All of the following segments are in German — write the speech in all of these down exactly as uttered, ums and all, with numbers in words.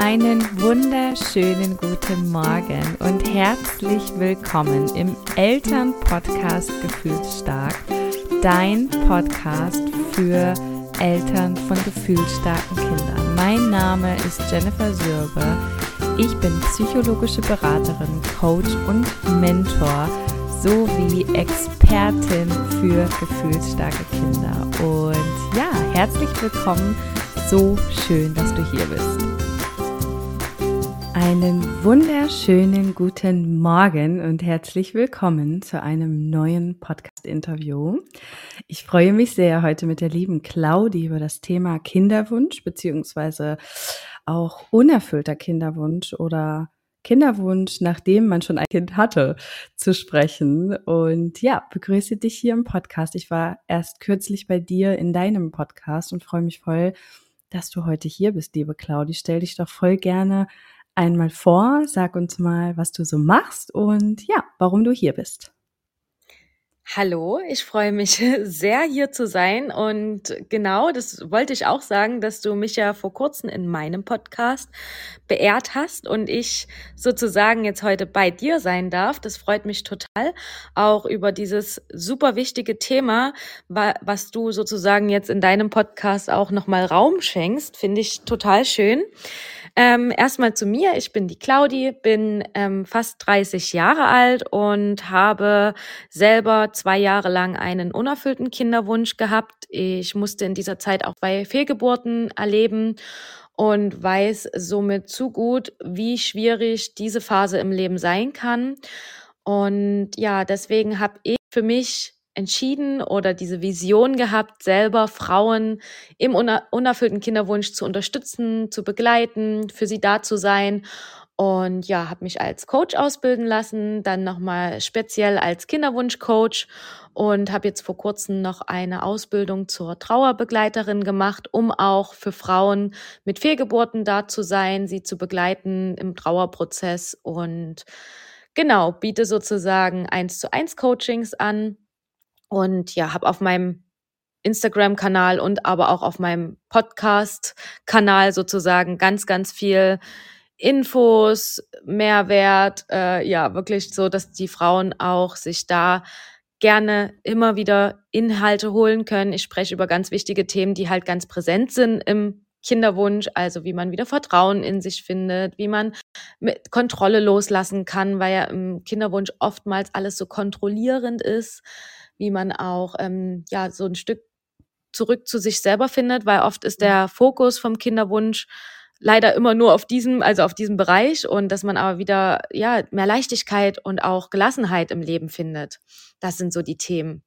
Einen wunderschönen guten Morgen und herzlich willkommen im Elternpodcast Gefühlsstark, dein Podcast für Eltern von gefühlsstarken Kindern. Mein Name ist Jennifer Sürbe. Ich bin psychologische Beraterin, Coach und Mentor sowie Expertin für gefühlsstarke Kinder. Und ja, herzlich willkommen. So schön, dass du hier bist. Einen wunderschönen guten Morgen und herzlich willkommen zu einem neuen Podcast-Interview. Ich freue mich sehr, heute mit der lieben Claudi über das Thema Kinderwunsch beziehungsweise auch unerfüllter Kinderwunsch oder Kinderwunsch, nachdem man schon ein Kind hatte, zu sprechen. Und ja, begrüße dich hier im Podcast. Ich war erst kürzlich bei dir in deinem Podcast und freue mich voll, dass du heute hier bist, liebe Claudi. Stell dich doch voll gerne einmal vor, sag uns mal, was du so machst und ja, warum du hier bist. Hallo, ich freue mich sehr, hier zu sein und genau, das wollte ich auch sagen, dass du mich ja vor kurzem in meinem Podcast beehrt hast und ich sozusagen jetzt heute bei dir sein darf. Das freut mich total, auch über dieses super wichtige Thema, was du sozusagen jetzt in deinem Podcast auch nochmal Raum schenkst, finde ich total schön. Ähm, erstmal zu mir, ich bin die Claudi, bin ähm, fast dreißig Jahre alt und habe selber zwei Jahre lang einen unerfüllten Kinderwunsch gehabt. Ich musste in dieser Zeit auch zwei Fehlgeburten erleben und weiß somit zu gut, wie schwierig diese Phase im Leben sein kann. Und ja, deswegen habe ich für mich entschieden oder diese Vision gehabt, selber Frauen im uner- unerfüllten Kinderwunsch zu unterstützen, zu begleiten, für sie da zu sein. Und ja, habe mich als Coach ausbilden lassen, dann nochmal speziell als Kinderwunschcoach und habe jetzt vor kurzem noch eine Ausbildung zur Trauerbegleiterin gemacht, um auch für Frauen mit Fehlgeburten da zu sein, sie zu begleiten im Trauerprozess und genau, biete sozusagen eins zu eins Coachings an. Und ja, habe auf meinem Instagram-Kanal und aber auch auf meinem Podcast-Kanal sozusagen ganz, ganz viel Infos, Mehrwert, äh, ja, wirklich so, dass die Frauen auch sich da gerne immer wieder Inhalte holen können. Ich spreche über ganz wichtige Themen, die halt ganz präsent sind im Kinderwunsch, also wie man wieder Vertrauen in sich findet, wie man mit Kontrolle loslassen kann, weil ja im Kinderwunsch oftmals alles so kontrollierend ist, wie man auch ähm, ja so ein Stück zurück zu sich selber findet, weil oft ist der Fokus vom Kinderwunsch leider immer nur auf diesem, also auf diesem Bereich und dass man aber wieder ja mehr Leichtigkeit und auch Gelassenheit im Leben findet. Das sind so die Themen.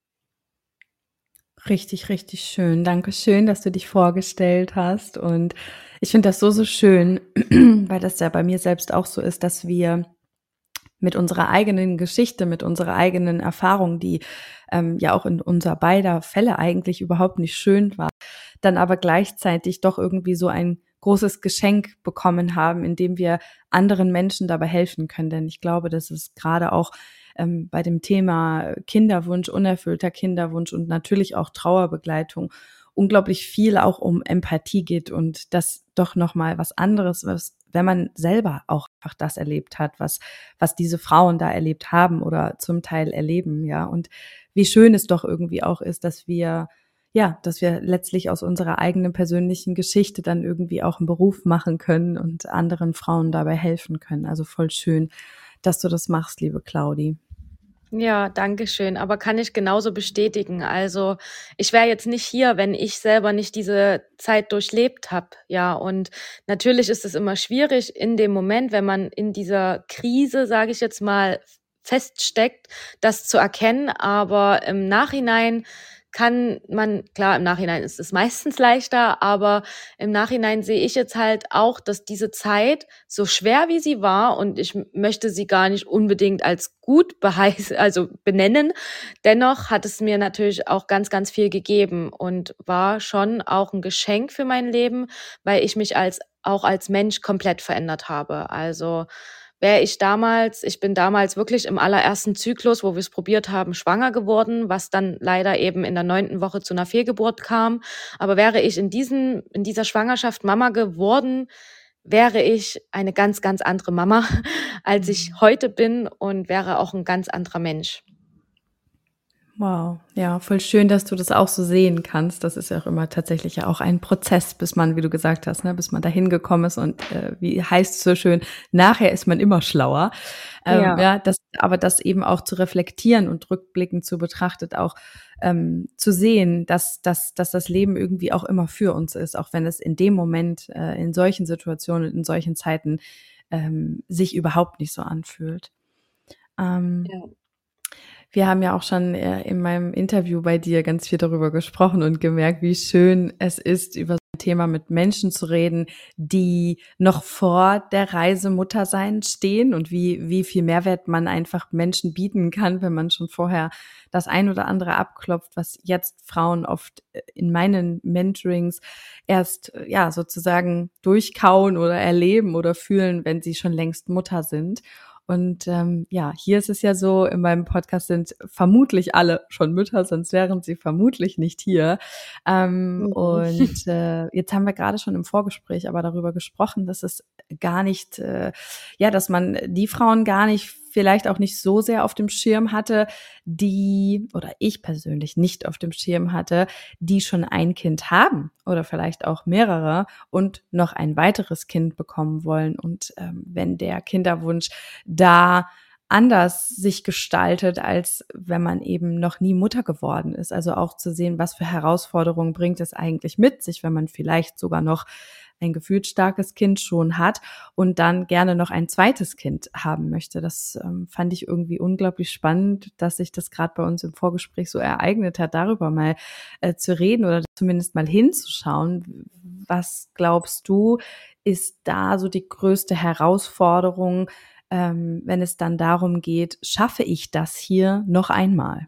Richtig, richtig schön. Dankeschön, dass du dich vorgestellt hast. Und ich finde das so, so schön, weil das ja bei mir selbst auch so ist, dass wir mit unserer eigenen Geschichte, mit unserer eigenen Erfahrung, die ähm, ja auch in unser beider Fälle eigentlich überhaupt nicht schön war, dann aber gleichzeitig doch irgendwie so ein großes Geschenk bekommen haben, indem wir anderen Menschen dabei helfen können. Denn ich glaube, dass es gerade auch ähm, bei dem Thema Kinderwunsch, unerfüllter Kinderwunsch und natürlich auch Trauerbegleitung unglaublich viel auch um Empathie geht und das doch nochmal was anderes, was, wenn man selber auch einfach das erlebt hat, was, was diese Frauen da erlebt haben oder zum Teil erleben, ja. Und wie schön es doch irgendwie auch ist, dass wir, ja, dass wir letztlich aus unserer eigenen persönlichen Geschichte dann irgendwie auch einen Beruf machen können und anderen Frauen dabei helfen können. Also voll schön, dass du das machst, liebe Claudi. Ja, danke schön. Aber kann ich genauso bestätigen. Also ich wäre jetzt nicht hier, wenn ich selber nicht diese Zeit durchlebt habe. Ja, und natürlich ist es immer schwierig in dem Moment, wenn man in dieser Krise, sage ich jetzt mal, feststeckt, das zu erkennen. Aber im Nachhinein kann man, klar, im Nachhinein ist es meistens leichter, aber im Nachhinein sehe ich jetzt halt auch, dass diese Zeit, so schwer wie sie war, und ich m- möchte sie gar nicht unbedingt als gut beheißen, also benennen, dennoch hat es mir natürlich auch ganz, ganz viel gegeben und war schon auch ein Geschenk für mein Leben, weil ich mich als auch als Mensch komplett verändert habe. Also wäre ich damals, ich bin damals wirklich im allerersten Zyklus, wo wir es probiert haben, schwanger geworden, was dann leider eben in der neunten Woche zu einer Fehlgeburt kam. Aber wäre ich in diesem, in dieser Schwangerschaft Mama geworden, wäre ich eine ganz, ganz andere Mama, als ich heute bin und wäre auch ein ganz anderer Mensch. Wow, ja, voll schön, dass du das auch so sehen kannst. Das ist ja auch immer tatsächlich ja auch ein Prozess, bis man, wie du gesagt hast, ne, bis man dahin gekommen ist und äh, wie heißt es so schön, nachher ist man immer schlauer. Ähm, Ja. ja, das, aber das eben auch zu reflektieren und rückblickend zu betrachtet auch ähm, zu sehen, dass, dass, dass das Leben irgendwie auch immer für uns ist, auch wenn es in dem Moment, äh, in solchen Situationen, in solchen Zeiten ähm, sich überhaupt nicht so anfühlt. Ähm, Ja. Wir haben ja auch schon äh, in meinem Interview bei dir ganz viel darüber gesprochen und gemerkt, wie schön es ist, über so ein Thema mit Menschen zu reden, die noch vor der Reise Muttersein stehen und wie, wie viel Mehrwert man einfach Menschen bieten kann, wenn man schon vorher das ein oder andere abklopft, was jetzt Frauen oft äh, in meinen Mentorings erst, äh, ja, sozusagen durchkauen oder erleben oder fühlen, wenn sie schon längst Mutter sind. Und ähm, ja, hier ist es ja so, in meinem Podcast sind vermutlich alle schon Mütter, sonst wären sie vermutlich nicht hier. Ähm, Mhm. und äh, jetzt haben wir gerade schon im Vorgespräch aber darüber gesprochen, dass es gar nicht, äh, ja, dass man die Frauen gar nicht, vielleicht auch nicht so sehr auf dem Schirm hatte, die, oder ich persönlich nicht auf dem Schirm hatte, die schon ein Kind haben oder vielleicht auch mehrere und noch ein weiteres Kind bekommen wollen. Und ähm, wenn der Kinderwunsch da anders sich gestaltet, als wenn man eben noch nie Mutter geworden ist. Also auch zu sehen, was für Herausforderungen bringt es eigentlich mit sich, wenn man vielleicht sogar noch ein gefühlt starkes Kind schon hat und dann gerne noch ein zweites Kind haben möchte. Das ähm, fand ich irgendwie unglaublich spannend, dass sich das gerade bei uns im Vorgespräch so ereignet hat, darüber mal äh, zu reden oder zumindest mal hinzuschauen. Was glaubst du, ist da so die größte Herausforderung, ähm, wenn es dann darum geht, schaffe ich das hier noch einmal?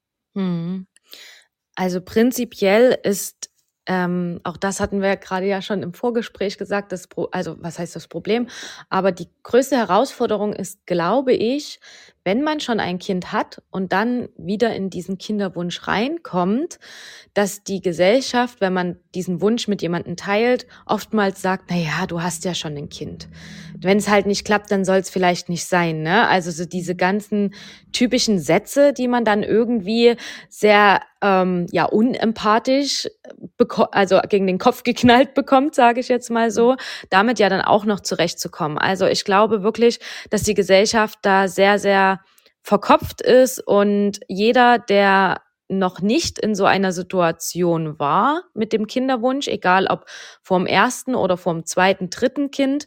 Mhm. Also prinzipiell ist, ähm, auch das hatten wir gerade ja schon im Vorgespräch gesagt, das Pro also was heißt das Problem? Aber die größte Herausforderung ist, glaube ich, wenn man schon ein Kind hat und dann wieder in diesen Kinderwunsch reinkommt, dass die Gesellschaft, wenn man diesen Wunsch mit jemandem teilt, oftmals sagt: „Na ja, du hast ja schon ein Kind. Wenn es halt nicht klappt, dann soll es vielleicht nicht sein“, ne? Also so diese ganzen typischen Sätze, die man dann irgendwie sehr, ähm, ja, unempathisch beko also gegen den Kopf geknallt bekommt, sage ich jetzt mal so, damit ja dann auch noch zurechtzukommen. Also, ich glaube wirklich, dass die Gesellschaft da sehr, sehr verkopft ist und jeder, der noch nicht in so einer Situation war mit dem Kinderwunsch, egal ob vorm ersten oder vorm zweiten, dritten Kind,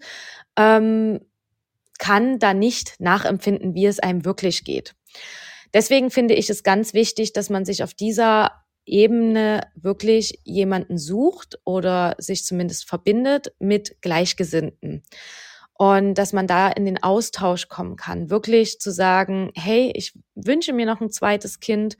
ähm, kann da nicht nachempfinden, wie es einem wirklich geht. Deswegen finde ich es ganz wichtig, dass man sich auf dieser Ebene wirklich jemanden sucht oder sich zumindest verbindet mit Gleichgesinnten. Und dass man da in den Austausch kommen kann, wirklich zu sagen: „Hey, ich wünsche mir noch ein zweites Kind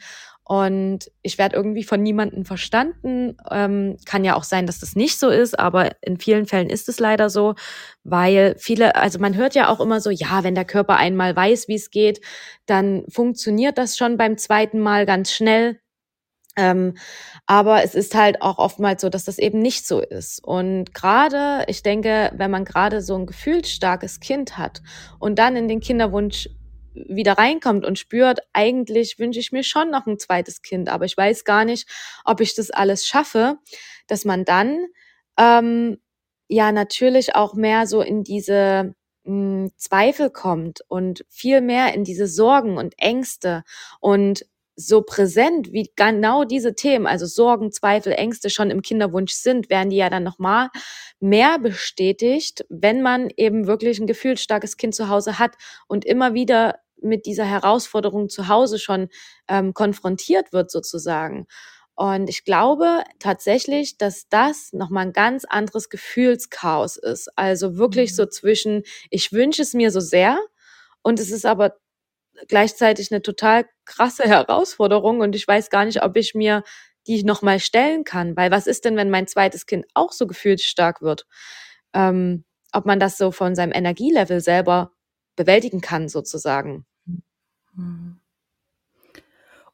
und ich werde irgendwie von niemandem verstanden.“ Ähm, kann ja auch sein, dass das nicht so ist, aber in vielen Fällen ist es leider so, weil viele also, man hört ja auch immer so: „Ja, wenn der Körper einmal weiß, wie es geht, dann funktioniert das schon beim zweiten Mal ganz schnell.“ Ähm, aber es ist halt auch oftmals so, dass das eben nicht so ist. Und gerade, ich denke, wenn man gerade so ein gefühlsstarkes Kind hat und dann in den Kinderwunsch wieder reinkommt und spürt: „Eigentlich wünsche ich mir schon noch ein zweites Kind, aber ich weiß gar nicht, ob ich das alles schaffe“, dass man dann, ähm, ja natürlich auch mehr so in diese, hm, Zweifel kommt und viel mehr in diese Sorgen und Ängste und so präsent wie genau diese Themen, also Sorgen, Zweifel, Ängste schon im Kinderwunsch sind, werden die ja dann noch mal mehr bestätigt, wenn man eben wirklich ein gefühlsstarkes Kind zu Hause hat und immer wieder mit dieser Herausforderung zu Hause schon, ähm, konfrontiert wird sozusagen. Und ich glaube tatsächlich, dass das noch mal 'n ganz anderes Gefühlschaos ist. Also wirklich so zwischen: „Ich wünsche es mir so sehr und es ist aber gleichzeitig eine total krasse Herausforderung und ich weiß gar nicht, ob ich mir die noch mal stellen kann, weil was ist denn, wenn mein zweites Kind auch so gefühlsstark wird? Ähm, ob man das so von seinem Energielevel selber bewältigen kann sozusagen. Mhm.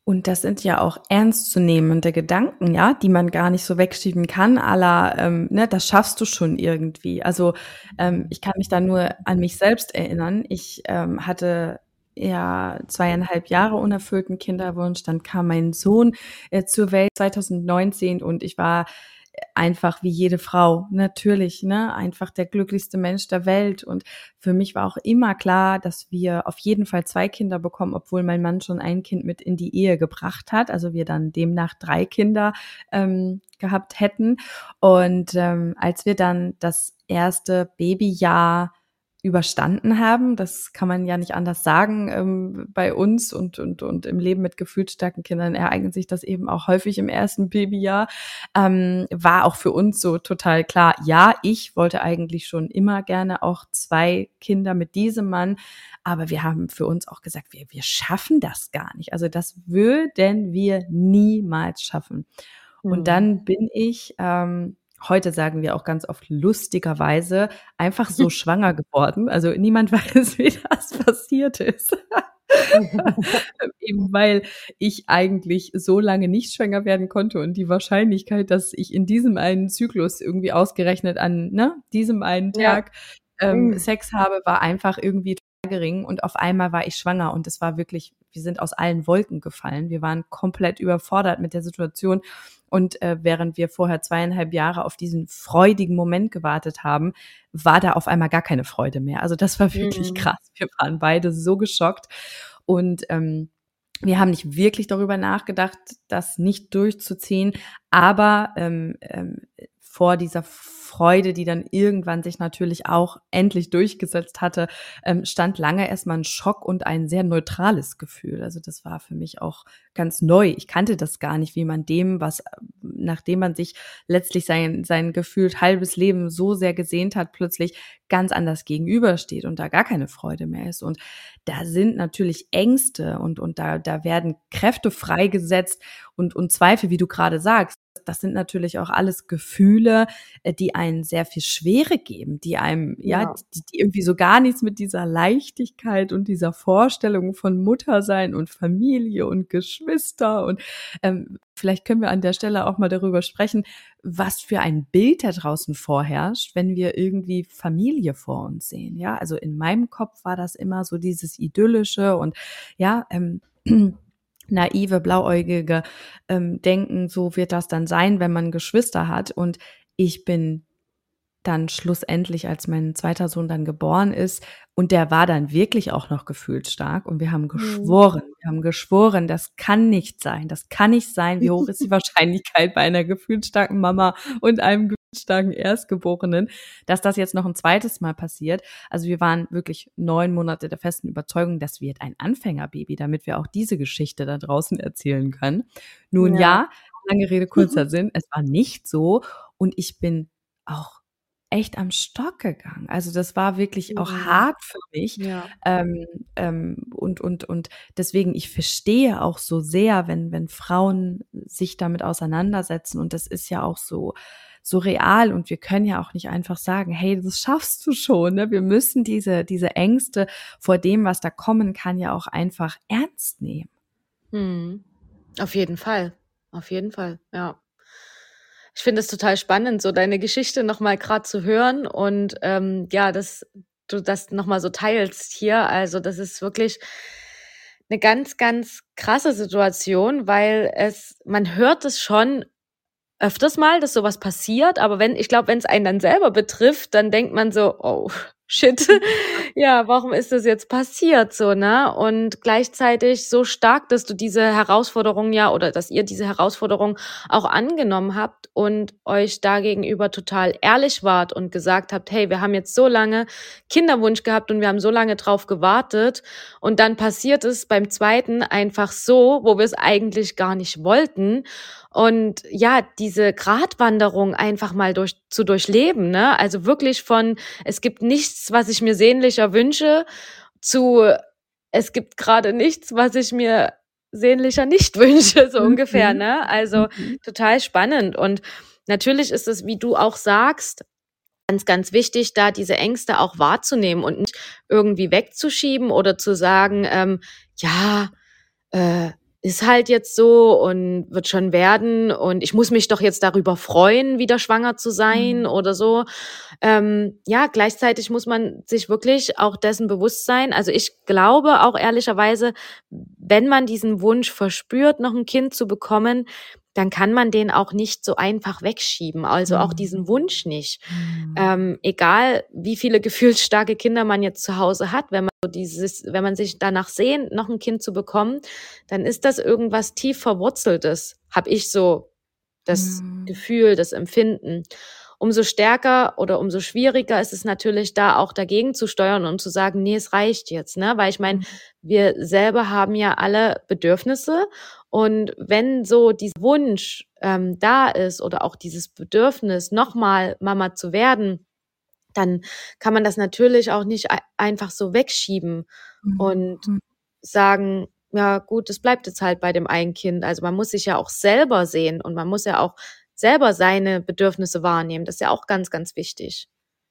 Und das sind ja auch ernstzunehmende Gedanken, ja, die man gar nicht so wegschieben kann, à la, ähm, ne, das schaffst du schon irgendwie. Also, ähm, ich kann mich da nur an mich selbst erinnern. Ich, ähm, hatte ja zweieinhalb Jahre unerfüllten Kinderwunsch, dann kam mein Sohn, äh, zur Welt zwanzig neunzehn und ich war einfach wie jede Frau, natürlich, ne, einfach der glücklichste Mensch der Welt. Und für mich war auch immer klar, dass wir auf jeden Fall zwei Kinder bekommen, obwohl mein Mann schon ein Kind mit in die Ehe gebracht hat. Also wir dann demnach drei Kinder ähm, gehabt hätten. Und ähm, als wir dann das erste Babyjahr überstanden haben, das kann man ja nicht anders sagen, ähm, bei uns und, und, und im Leben mit gefühlsstarken Kindern ereignet sich das eben auch häufig im ersten Babyjahr, ähm, war auch für uns so total klar, ja, ich wollte eigentlich schon immer gerne auch zwei Kinder mit diesem Mann, aber wir haben für uns auch gesagt, wir, wir schaffen das gar nicht. Also das würden wir niemals schaffen. Und Mhm. dann bin ich, ähm, heute sagen wir auch ganz oft lustigerweise, einfach so schwanger geworden. Also niemand weiß, wie das passiert ist. Eben weil ich eigentlich so lange nicht schwanger werden konnte und die Wahrscheinlichkeit, dass ich in diesem einen Zyklus irgendwie ausgerechnet an, ne, diesem einen Ja. Tag ähm, Mhm. Sex habe, war einfach irgendwie total gering und auf einmal war ich schwanger und es war wirklich, wir sind aus allen Wolken gefallen. Wir waren komplett überfordert mit der Situation und äh, während wir vorher zweieinhalb Jahre auf diesen freudigen Moment gewartet haben, war da auf einmal gar keine Freude mehr. Also das war wirklich Mhm. krass. Wir waren beide so geschockt und ähm, wir haben nicht wirklich darüber nachgedacht, das nicht durchzuziehen, aber ähm, ähm, vor dieser Freude, die dann irgendwann sich natürlich auch endlich durchgesetzt hatte, ähm, stand lange erstmal ein Schock und ein sehr neutrales Gefühl. Also das war für mich auch ganz neu. Ich kannte das gar nicht, wie man dem, was, nachdem man sich letztlich sein, sein gefühlt halbes Leben so sehr gesehnt hat, plötzlich ganz anders gegenübersteht und da gar keine Freude mehr ist. Und da sind natürlich Ängste und, und da, da werden Kräfte freigesetzt und, und Zweifel, wie du gerade sagst. Das sind natürlich auch alles Gefühle, äh, die einen sehr viel Schwere geben, die einem, ja, Ja. die, die irgendwie so gar nichts mit dieser Leichtigkeit und dieser Vorstellung von Muttersein und Familie und Geschwister und ähm, vielleicht können wir an der Stelle auch mal darüber sprechen, was für ein Bild da draußen vorherrscht, wenn wir irgendwie Familie vor uns sehen. Ja, also in meinem Kopf war das immer so dieses Idyllische und ja, ähm, naive, blauäugige ähm, Denken, so wird das dann sein, wenn man Geschwister hat. Und ich bin dann schlussendlich, als mein zweiter Sohn dann geboren ist, und der war dann wirklich auch noch gefühlsstark und wir haben Mhm. geschworen, wir haben geschworen, das kann nicht sein, das kann nicht sein. Wie hoch ist die Wahrscheinlichkeit bei einer gefühlsstarken Mama und einem gefühlsstarken Erstgeborenen, dass das jetzt noch ein zweites Mal passiert? Also wir waren wirklich neun Monate der festen Überzeugung, das wird ein Anfängerbaby, damit wir auch diese Geschichte da draußen erzählen können. Nun Ja. ja, lange Rede, kurzer Sinn, es war nicht so und ich bin auch echt am Stock gegangen. Also, das war wirklich auch Mhm. hart für mich. Ja. Ähm, ähm, und und und deswegen, ich verstehe auch so sehr, wenn wenn Frauen sich damit auseinandersetzen und das ist ja auch so so real und wir können ja auch nicht einfach sagen: „Hey, das schaffst du schon“, ne? Wir müssen diese diese Ängste vor dem, was da kommen kann, ja auch einfach ernst nehmen. Mhm. Auf jeden Fall. Auf jeden Fall, ja. Ich finde es total spannend, so deine Geschichte noch mal grad zu hören und, ähm, ja, dass du das noch mal so teilst hier. Also, das ist wirklich 'ne ganz, ganz krasse Situation, weil es man hört es schon öfters mal, dass so was passiert, aber wenn ich glaube, wenn's einen dann selber betrifft, dann denkt man so: „Oh, shit, ja, warum ist das jetzt passiert?“ So, ne? Und gleichzeitig so stark, dass du diese Herausforderung ja oder dass ihr diese Herausforderung auch angenommen habt und euch da gegenüber total ehrlich wart und gesagt habt: „Hey, wir haben jetzt so lange Kinderwunsch gehabt und wir haben so lange drauf gewartet.“ Und dann passiert es beim zweiten einfach so, wo wir's eigentlich gar nicht wollten. Und ja, diese Gratwanderung einfach mal durch zu durchleben, ne? Also wirklich von: „Es gibt nichts, was ich mir sehnlicher wünsche“, zu: „Es gibt grade nichts, was ich mir sehnlicher nicht wünsche“, so ungefähr, Mhm. ne? Also, Mhm. total spannend. Und natürlich ist es, wie du auch sagst, ganz, ganz wichtig, da diese Ängste auch wahrzunehmen und nicht irgendwie wegzuschieben oder zu sagen, ähm: „Ja, äh“ ist halt jetzt so und wird schon werden und ich muss mich doch jetzt darüber freuen, wieder schwanger zu sein Mhm. oder so. Ähm, ja, gleichzeitig muss man sich wirklich auch dessen bewusst sein. Also ich glaube auch ehrlicherweise, wenn man diesen Wunsch verspürt, noch ein Kind zu bekommen, dann kann man den auch nicht so einfach wegschieben. Also auch Mhm. diesen Wunsch nicht. Mhm. Ähm, egal, wie viele gefühlsstarke Kinder man jetzt zu Hause hat, wenn man so dieses, wenn man sich danach sehnt, noch ein Kind zu bekommen, dann ist das irgendwas tief Verwurzeltes, habe ich so das Mhm. Gefühl, das Empfinden. Umso stärker oder umso schwieriger ist es natürlich, da auch dagegen zu steuern und zu sagen, nee, es reicht jetzt, ne? Weil ich meine, Mhm. wir selber haben ja alle Bedürfnisse und wenn so dieser Wunsch ähm, da ist oder auch dieses Bedürfnis, nochmal Mama zu werden, dann kann man das natürlich auch nicht ei- einfach so wegschieben und Mhm. sagen, ja gut, es bleibt jetzt halt bei dem einen Kind. Also man muss sich ja auch selber sehen und man muss ja auch selber seine Bedürfnisse wahrnehmen. Das ist ja auch ganz, ganz wichtig.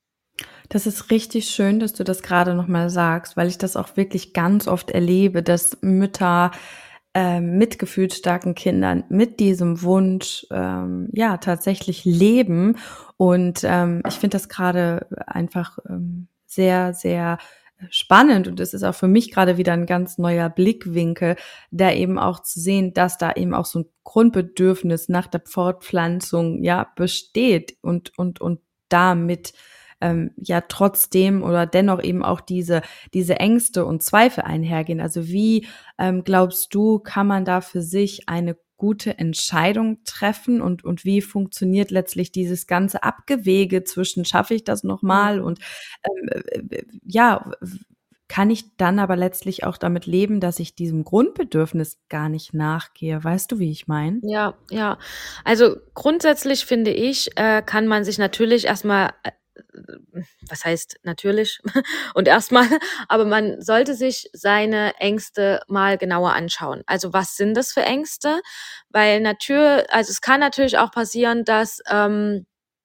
Das ist richtig schön, dass du das gerade noch mal sagst, weil ich das auch wirklich ganz oft erlebe, dass Mütter, ähm, mit gefühlsstarken Kindern mit diesem Wunsch, ähm, ja, tatsächlich leben. Und, ähm, ich finde das gerade einfach, ähm, sehr, sehr spannend und es ist auch für mich gerade wieder ein ganz neuer Blickwinkel, da eben auch zu sehen, dass da eben auch so ein Grundbedürfnis nach der Fortpflanzung, ja, besteht und und und damit ähm, ja trotzdem oder dennoch eben auch diese diese Ängste und Zweifel einhergehen. Also wie ähm, glaubst du, kann man da für sich eine gute Entscheidung treffen und und wie funktioniert letztlich dieses ganze Abgewege zwischen schaffe ich das noch mal Mhm. und ähm, äh, ja, w kann ich dann aber letztlich auch damit leben, dass ich diesem Grundbedürfnis gar nicht nachgehe? Weißt du, wie ich meine? Ja, ja. Also grundsätzlich finde ich, äh, kann man sich natürlich erstmal, äh, was heißt natürlich und erstmal, aber man sollte sich seine Ängste mal genauer anschauen. Also was sind das für Ängste? Weil natürlich, also es kann natürlich auch passieren, dass ähm,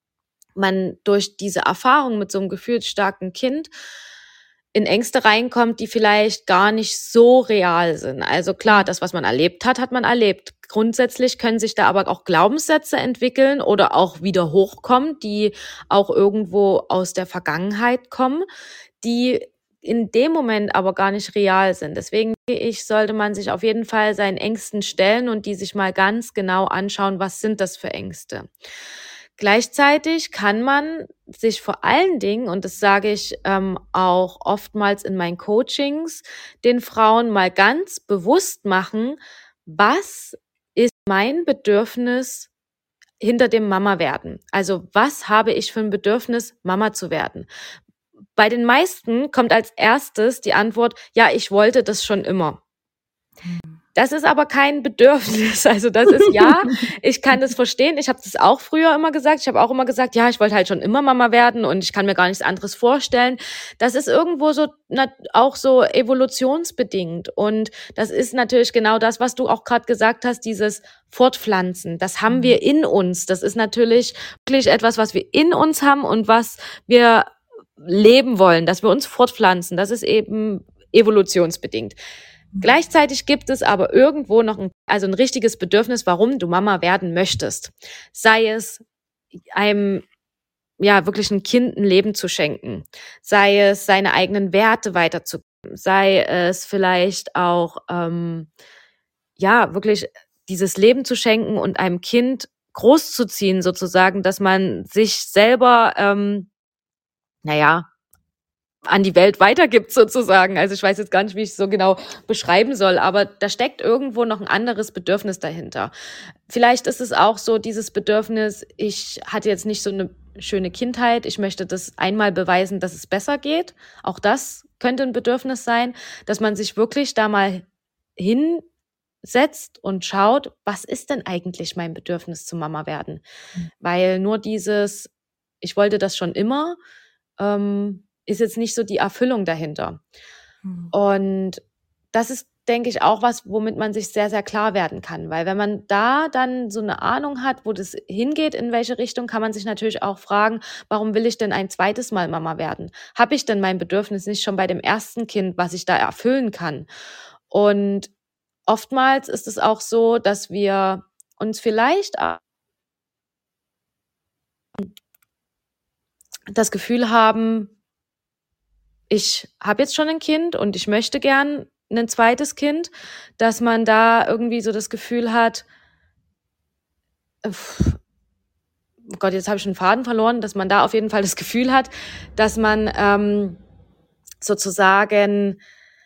man durch diese Erfahrung mit so einem gefühlsstarken Kind in Ängste reinkommt, die vielleicht gar nicht so real sind. Also klar, das, was man erlebt hat, hat man erlebt. Grundsätzlich können sich da aber auch Glaubenssätze entwickeln oder auch wieder hochkommen, die auch irgendwo aus der Vergangenheit kommen, die in dem Moment aber gar nicht real sind. Deswegen denke ich, sollte man sich auf jeden Fall seinen Ängsten stellen und die sich mal ganz genau anschauen, was sind das für Ängste. Gleichzeitig kann man sich vor allen Dingen, und das sage ich ähm, auch oftmals in meinen Coachings, den Frauen mal ganz bewusst machen, was ist mein Bedürfnis hinter dem Mama werden? Also was habe ich für ein Bedürfnis, Mama zu werden? Bei den meisten kommt als erstes die Antwort, ja, ich wollte das schon immer. Das ist aber kein Bedürfnis. Also das ist ja, ich kann das verstehen. Ich habe das auch früher immer gesagt. Ich habe auch immer gesagt, ja, ich wollte halt schon immer Mama werden und ich kann mir gar nichts anderes vorstellen. Das ist irgendwo so na, auch so evolutionsbedingt. Und das ist natürlich genau das, was du auch gerade gesagt hast, dieses Fortpflanzen. Das haben Mhm. wir in uns. Das ist natürlich wirklich etwas, was wir in uns haben und was wir leben wollen, dass wir uns fortpflanzen. Das ist eben evolutionsbedingt. Gleichzeitig gibt es aber irgendwo noch ein, also ein richtiges Bedürfnis, warum du Mama werden möchtest. Sei es einem, ja, wirklich ein Kind ein Leben zu schenken, sei es seine eigenen Werte weiterzugeben, sei es vielleicht auch, ähm, ja, wirklich dieses Leben zu schenken und einem Kind großzuziehen sozusagen, dass man sich selber, ähm, naja, an die Welt weitergibt sozusagen. Also ich weiß jetzt gar nicht, wie ich es so genau beschreiben soll, aber da steckt irgendwo noch ein anderes Bedürfnis dahinter. Vielleicht ist es auch so dieses Bedürfnis, ich hatte jetzt nicht so eine schöne Kindheit, ich möchte das einmal beweisen, dass es besser geht. Auch das könnte ein Bedürfnis sein, dass man sich wirklich da mal hinsetzt und schaut, was ist denn eigentlich mein Bedürfnis zum Mama werden? Weil nur dieses, ich wollte das schon immer, ähm, ist jetzt nicht so die Erfüllung dahinter. Mhm. Und das ist, denke ich, auch was, womit man sich sehr, sehr klar werden kann. Weil wenn man da dann so eine Ahnung hat, wo das hingeht, in welche Richtung, kann man sich natürlich auch fragen, warum will ich denn ein zweites Mal Mama werden? Habe ich denn mein Bedürfnis nicht schon bei dem ersten Kind, was ich da erfüllen kann? Und oftmals ist es auch so, dass wir uns vielleicht das Gefühl haben, ich habe jetzt schon ein Kind und ich möchte gern ein zweites Kind, dass man da irgendwie so das Gefühl hat, oh Gott, jetzt habe ich einen Faden verloren, dass man da auf jeden Fall das Gefühl hat, dass man ähm, sozusagen,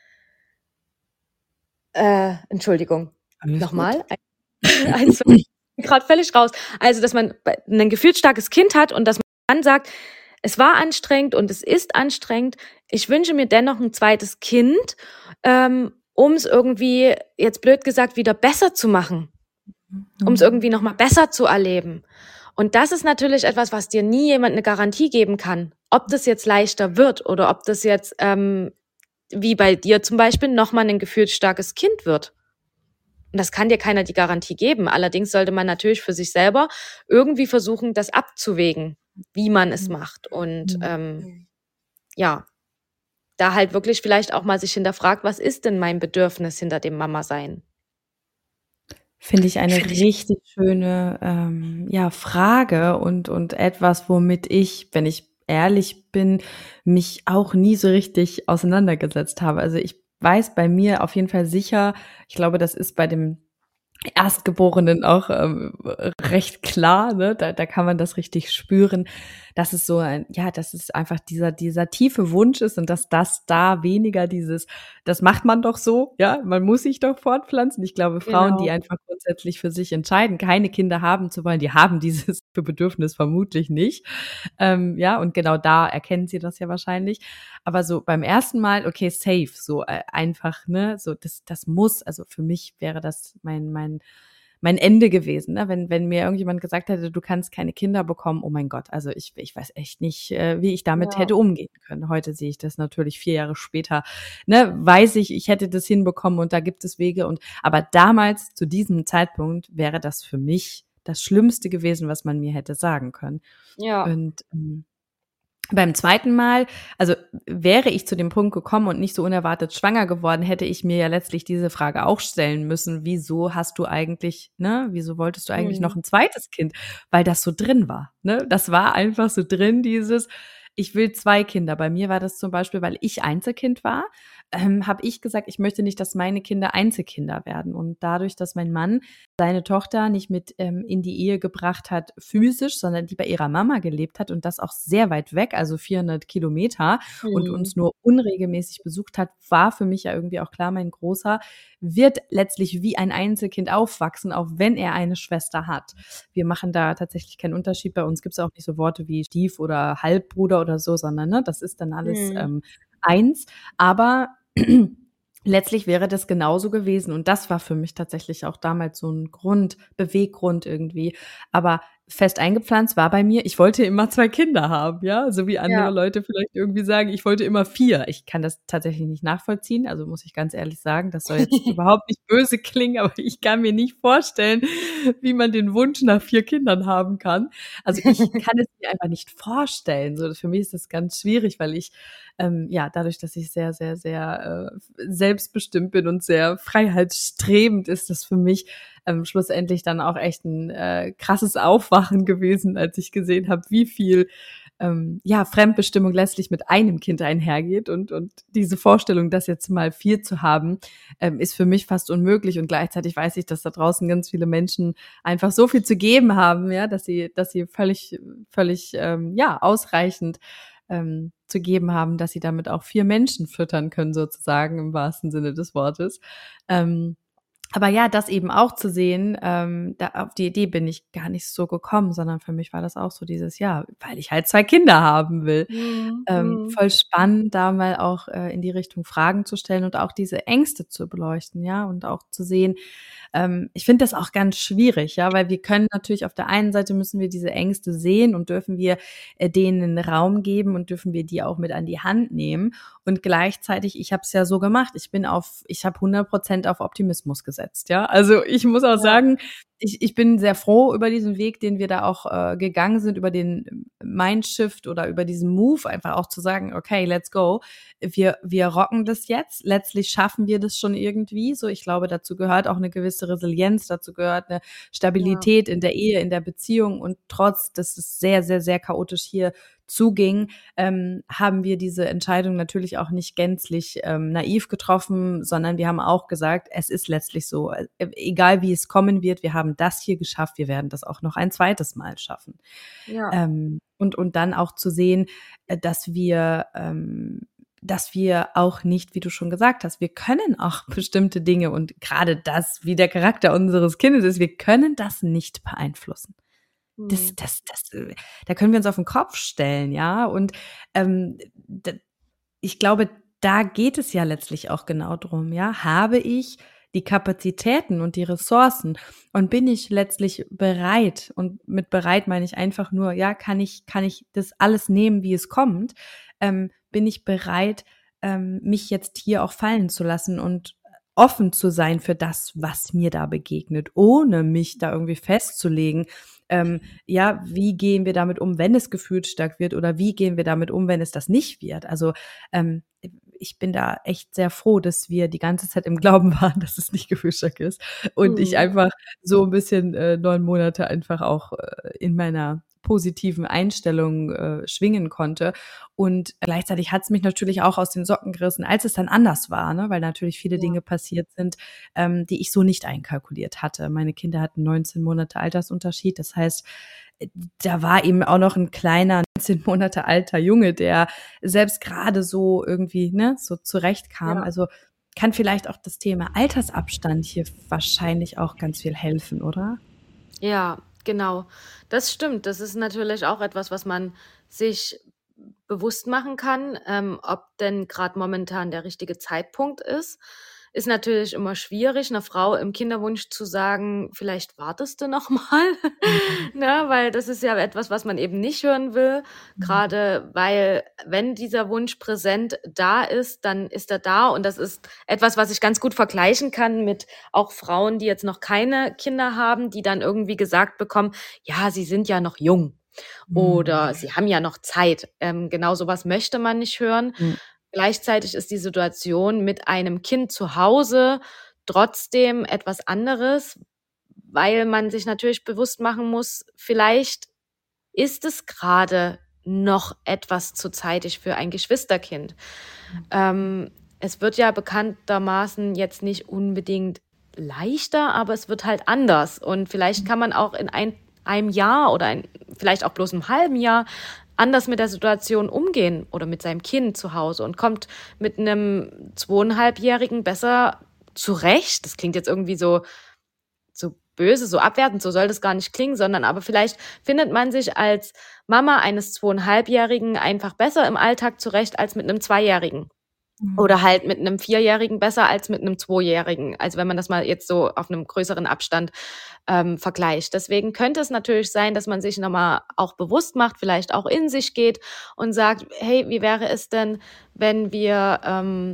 äh, Entschuldigung, Alles nochmal, ein, ein, zwei, gerade völlig raus. Also, dass man ein gefühlsstarkes Kind hat und dass man dann sagt, es war anstrengend und es ist anstrengend. Ich wünsche mir dennoch ein zweites Kind, ähm, um es irgendwie, jetzt blöd gesagt, wieder besser zu machen, um es irgendwie nochmal besser zu erleben. Und das ist natürlich etwas, was dir nie jemand eine Garantie geben kann, ob das jetzt leichter wird oder ob das jetzt, ähm, wie bei dir zum Beispiel, nochmal ein gefühlsstarkes Kind wird. Und das kann dir keiner die Garantie geben. Allerdings sollte man natürlich für sich selber irgendwie versuchen, das abzuwägen, wie man es macht. Und ähm, ja, da halt wirklich vielleicht auch mal sich hinterfragt, was ist denn mein Bedürfnis hinter dem Mama-Sein? Finde ich eine Find richtig ich schöne ähm, ja, Frage und, und etwas, womit ich, wenn ich ehrlich bin, mich auch nie so richtig auseinandergesetzt habe. Also ich weiß bei mir auf jeden Fall sicher, ich glaube, das ist bei dem Erstgeborenen auch ähm, recht klar, ne? Da, da kann man das richtig spüren, dass es so ein, ja, dass es einfach dieser, dieser tiefe Wunsch ist und dass das da weniger dieses, das macht man doch so, ja, man muss sich doch fortpflanzen. Ich glaube, Frauen, Genau. die einfach grundsätzlich für sich entscheiden, keine Kinder haben zu wollen, die haben dieses Bedürfnis vermutlich nicht. Ähm, ja, und genau da erkennen sie das ja wahrscheinlich. Aber so beim ersten Mal, okay, safe, so äh, einfach, ne, so das, das muss, also für mich wäre das mein, mein, mein Ende gewesen, ne? Wenn, wenn mir irgendjemand gesagt hätte, du kannst keine Kinder bekommen, oh mein Gott, also ich, ich weiß echt nicht, äh, wie ich damit Ja. hätte umgehen können. Heute sehe ich das natürlich vier Jahre später, ne, weiß ich, ich hätte das hinbekommen und da gibt es Wege und, aber damals, zu diesem Zeitpunkt, wäre das für mich das Schlimmste gewesen, was man mir hätte sagen können. Ja. Und ähm, beim zweiten Mal, also wäre ich zu dem Punkt gekommen und nicht so unerwartet schwanger geworden, hätte ich mir ja letztlich diese Frage auch stellen müssen, wieso hast du eigentlich, ne, wieso wolltest du eigentlich Mhm. noch ein zweites Kind? Weil das so drin war, ne? Das war einfach so drin, dieses, ich will zwei Kinder. Bei mir war das zum Beispiel, weil ich Einzelkind war, ähm, habe ich gesagt, ich möchte nicht, dass meine Kinder Einzelkinder werden. Und dadurch, dass mein Mann seine Tochter nicht mit ähm, in die Ehe gebracht hat, physisch, sondern die bei ihrer Mama gelebt hat und das auch sehr weit weg, also vierhundert Kilometer und Mhm. uns nur unregelmäßig besucht hat, war für mich ja irgendwie auch klar, mein Großer wird letztlich wie ein Einzelkind aufwachsen, auch wenn er eine Schwester hat. Wir machen da tatsächlich keinen Unterschied. Bei uns gibt es auch nicht so Worte wie Stief- oder Halbbruder oder so, sondern ne, das ist dann alles Mhm. ähm, eins. Aber letztlich wäre das genauso gewesen. Und das war für mich tatsächlich auch damals so ein Grund, Beweggrund irgendwie. Aber fest eingepflanzt war bei mir, ich wollte immer zwei Kinder haben, ja, so wie andere Ja. Leute vielleicht irgendwie sagen, ich wollte immer vier. Ich kann das tatsächlich nicht nachvollziehen, also muss ich ganz ehrlich sagen, das soll jetzt überhaupt nicht böse klingen, aber ich kann mir nicht vorstellen, wie man den Wunsch nach vier Kindern haben kann. Also ich kann es mir einfach nicht vorstellen. So, für mich ist das ganz schwierig, weil ich ähm, ja dadurch, dass ich sehr, sehr, sehr äh, selbstbestimmt bin und sehr freiheitsstrebend, ist das für mich ähm, schlussendlich dann auch echt ein äh, krasses Aufwachen gewesen, als ich gesehen habe, wie viel ähm, ja Fremdbestimmung letztlich mit einem Kind einhergeht und und diese Vorstellung, das jetzt mal vier zu haben, ähm, ist für mich fast unmöglich und gleichzeitig weiß ich, dass da draußen ganz viele Menschen einfach so viel zu geben haben, ja, dass sie dass sie völlig völlig ähm, ja ausreichend ähm, zu geben haben, dass sie damit auch vier Menschen füttern können sozusagen im wahrsten Sinne des Wortes. Ähm, aber ja, das eben auch zu sehen, ähm, da auf die Idee bin ich gar nicht so gekommen, sondern für mich war das auch so dieses, ja, weil ich halt zwei Kinder haben will. Mhm. Ähm, Mhm. voll spannend, da mal auch äh, in die Richtung Fragen zu stellen und auch diese Ängste zu beleuchten, ja, und auch zu sehen, ähm, ich finde das auch ganz schwierig, ja, weil wir können natürlich auf der einen Seite müssen wir diese Ängste sehen und dürfen wir äh, denen einen Raum geben und dürfen wir die auch mit an die Hand nehmen. Und gleichzeitig, ich habe es ja so gemacht, ich bin auf, ich habe hundert Prozent auf Optimismus gesetzt. umsetzt, ja. Also ich muss auch Ja. sagen, ich, ich bin sehr froh über diesen Weg, den wir da auch äh, gegangen sind, über den Mindshift oder über diesen Move, einfach auch zu sagen, okay, let's go. Wir, wir rocken das jetzt. Letztlich schaffen wir das schon irgendwie. So, ich glaube, dazu gehört auch eine gewisse Resilienz, dazu gehört eine Stabilität in der Ehe, in der Beziehung. Und trotz, dass es sehr, sehr, sehr chaotisch hier zuging, ähm, haben wir diese Entscheidung natürlich auch nicht gänzlich ähm, naiv getroffen, sondern wir haben auch gesagt, es ist letztlich so, äh, egal wie es kommen wird, wir haben das hier geschafft, wir werden das auch noch ein zweites Mal schaffen. Ja. Ähm, und, und dann auch zu sehen, äh, dass wir ähm, dass wir auch nicht, wie du schon gesagt hast, wir können auch bestimmte Dinge und gerade das, wie der Charakter unseres Kindes ist, wir können das nicht beeinflussen. Das, Hm. das, das, äh, da können wir uns auf den Kopf stellen, ja. Und ähm, d- ich glaube, da geht es ja letztlich auch genau drum, ja. Habe ich die Kapazitäten und die Ressourcen und bin ich letztlich bereit? Und mit bereit meine ich einfach nur, ja, kann ich, kann ich das alles nehmen, wie es kommt? Ähm, bin ich bereit, ähm, mich jetzt hier auch fallen zu lassen und offen zu sein für das, was mir da begegnet, ohne mich da irgendwie festzulegen. Ähm, ja, wie gehen wir damit um, wenn es gefühlsstark wird, oder wie gehen wir damit um, wenn es das nicht wird? Also ähm, ich bin da echt sehr froh, dass wir die ganze Zeit im Glauben waren, dass es nicht gefühlsstark ist und ich Hm. einfach so ein bisschen äh, neun Monate einfach auch äh, in meiner positiven Einstellung äh, schwingen konnte. Und gleichzeitig hat es mich natürlich auch aus den Socken gerissen, als es dann anders war, ne? Weil natürlich viele Ja. Dinge passiert sind, ähm, die ich so nicht einkalkuliert hatte. Meine Kinder hatten neunzehn Monate Altersunterschied. Das heißt, äh, da war eben auch noch ein kleiner neunzehn Monate alter Junge, der selbst gerade so irgendwie, ne, so zurechtkam. Ja. Also kann vielleicht auch das Thema Altersabstand hier wahrscheinlich auch ganz viel helfen, oder? Ja, genau. Das stimmt. Das ist natürlich auch etwas, was man sich bewusst machen kann, ähm, ob denn gerade momentan der richtige Zeitpunkt ist. Ist natürlich immer schwierig, einer Frau im Kinderwunsch zu sagen, vielleicht wartest du noch mal, Mhm. ne? Weil das ist ja etwas, was man eben nicht hören will. Gerade weil, wenn dieser Wunsch präsent da ist, dann ist er da. Und das ist etwas, was ich ganz gut vergleichen kann mit auch Frauen, die jetzt noch keine Kinder haben, die dann irgendwie gesagt bekommen, ja, sie sind ja noch jung oder sie haben ja noch Zeit. Ähm, genau sowas möchte man nicht hören. Mhm. Gleichzeitig ist die Situation mit einem Kind zu Hause trotzdem etwas anderes, weil man sich natürlich bewusst machen muss, vielleicht ist es gerade noch etwas zu zeitig für ein Geschwisterkind. Ähm, es wird ja bekanntermaßen jetzt nicht unbedingt leichter, aber es wird halt anders. Und vielleicht kann man auch in ein, einem Jahr oder ein, vielleicht auch bloß einem halben Jahr anders mit der Situation umgehen oder mit seinem Kind zu Hause und kommt mit einem zweieinhalbjährigen besser zurecht. Das klingt jetzt irgendwie so so böse, so abwertend, so soll das gar nicht klingen, sondern aber vielleicht findet man sich als Mama eines zweieinhalbjährigen einfach besser im Alltag zurecht als mit einem Zweijährigen. Oder halt mit einem Vierjährigen besser als mit einem Zweijährigen. Also wenn man das mal jetzt so auf einem größeren Abstand ähm, vergleicht. Deswegen könnte es natürlich sein, dass man sich nochmal auch bewusst macht, vielleicht auch in sich geht und sagt, hey, wie wäre es denn, wenn wir, ähm,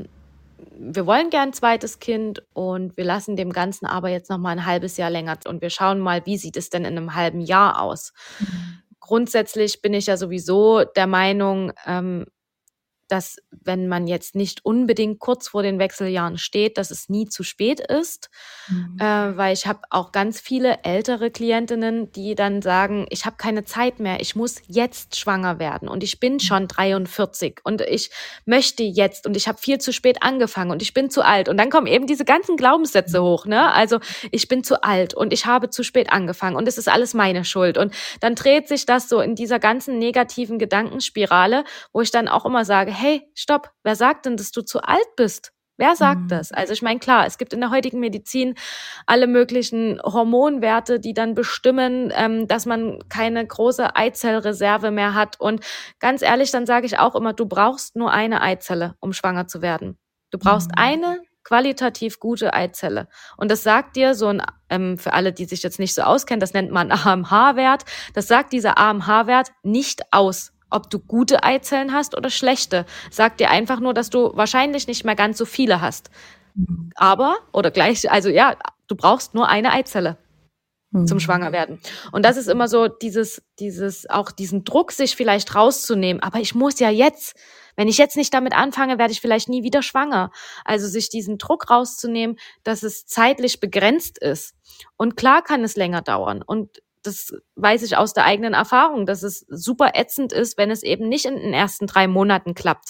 wir wollen gern ein zweites Kind und wir lassen dem Ganzen aber jetzt nochmal ein halbes Jahr länger und wir schauen mal, wie sieht es denn in einem halben Jahr aus. Grundsätzlich bin ich ja sowieso der Meinung, ähm, dass wenn man jetzt nicht unbedingt kurz vor den Wechseljahren steht, dass es nie zu spät ist, Mhm. äh, weil ich habe auch ganz viele ältere Klientinnen, die dann sagen, ich habe keine Zeit mehr, ich muss jetzt schwanger werden und ich bin schon dreiundvierzig und ich möchte jetzt und ich habe viel zu spät angefangen und ich bin zu alt und dann kommen eben diese ganzen Glaubenssätze hoch, ne? Also ich bin zu alt und ich habe zu spät angefangen und es ist alles meine Schuld und dann dreht sich das so in dieser ganzen negativen Gedankenspirale, wo ich dann auch immer sage, hey, stopp, wer sagt denn, dass du zu alt bist? Wer sagt Mhm. das? Also ich meine, klar, es gibt in der heutigen Medizin alle möglichen Hormonwerte, die dann bestimmen, ähm, dass man keine große Eizellreserve mehr hat. Und ganz ehrlich, dann sage ich auch immer, du brauchst nur eine Eizelle, um schwanger zu werden. Du brauchst Mhm. eine qualitativ gute Eizelle. Und das sagt dir so ein, ähm, für alle, die sich jetzt nicht so auskennen, das nennt man A M H-Wert, das sagt dieser A M H-Wert nicht aus, ob du gute Eizellen hast oder schlechte. Sagt dir einfach nur, dass du wahrscheinlich nicht mehr ganz so viele hast. Mhm. Aber, oder gleich, also ja, du brauchst nur eine Eizelle zum Mhm. Schwangerwerden. Und das ist immer so dieses, dieses, auch diesen Druck, sich vielleicht rauszunehmen. Aber ich muss ja jetzt, wenn ich jetzt nicht damit anfange, werde ich vielleicht nie wieder schwanger. Also sich diesen Druck rauszunehmen, dass es zeitlich begrenzt ist. Und klar kann es länger dauern. Und das weiß ich aus der eigenen Erfahrung, dass es super ätzend ist, wenn es eben nicht in den ersten drei Monaten klappt.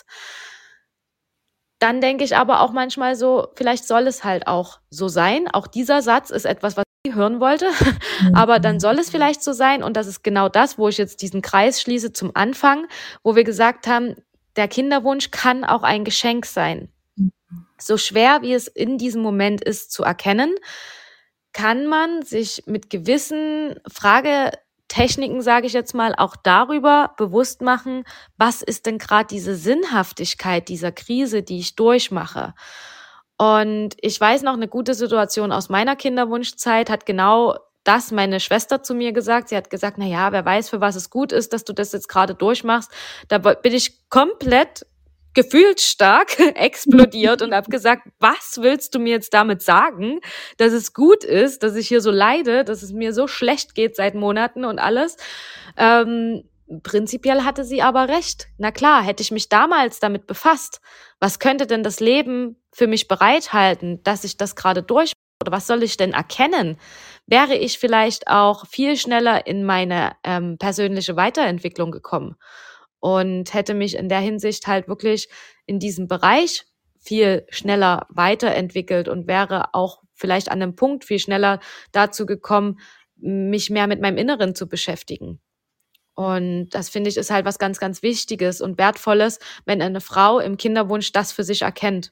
Dann denke ich aber auch manchmal so, vielleicht soll es halt auch so sein. Auch dieser Satz ist etwas, was ich hören wollte. Aber dann soll es vielleicht so sein. Und das ist genau das, wo ich jetzt diesen Kreis schließe zum Anfang, wo wir gesagt haben, der Kinderwunsch kann auch ein Geschenk sein. So schwer, wie es in diesem Moment ist zu erkennen, kann man sich mit gewissen Fragetechniken, sage ich jetzt mal, auch darüber bewusst machen, was ist denn gerade diese Sinnhaftigkeit dieser Krise, die ich durchmache. Und ich weiß noch, eine gute Situation aus meiner Kinderwunschzeit hat genau das meine Schwester zu mir gesagt. Sie hat gesagt, na ja, wer weiß, für was es gut ist, dass du das jetzt gerade durchmachst. Da bin ich komplett gefühlsstark explodiert und habe gesagt, was willst du mir jetzt damit sagen, dass es gut ist, dass ich hier so leide, dass es mir so schlecht geht seit Monaten und alles. Ähm, prinzipiell hatte sie aber recht. Na klar, hätte ich mich damals damit befasst, was könnte denn das Leben für mich bereithalten, dass ich das gerade durch oder was soll ich denn erkennen, wäre ich vielleicht auch viel schneller in meine ähm, persönliche Weiterentwicklung gekommen und hätte mich in der Hinsicht halt wirklich in diesem Bereich viel schneller weiterentwickelt und wäre auch vielleicht an einem Punkt viel schneller dazu gekommen, mich mehr mit meinem Inneren zu beschäftigen. Und das finde ich ist halt was ganz, ganz Wichtiges und Wertvolles, wenn eine Frau im Kinderwunsch das für sich erkennt.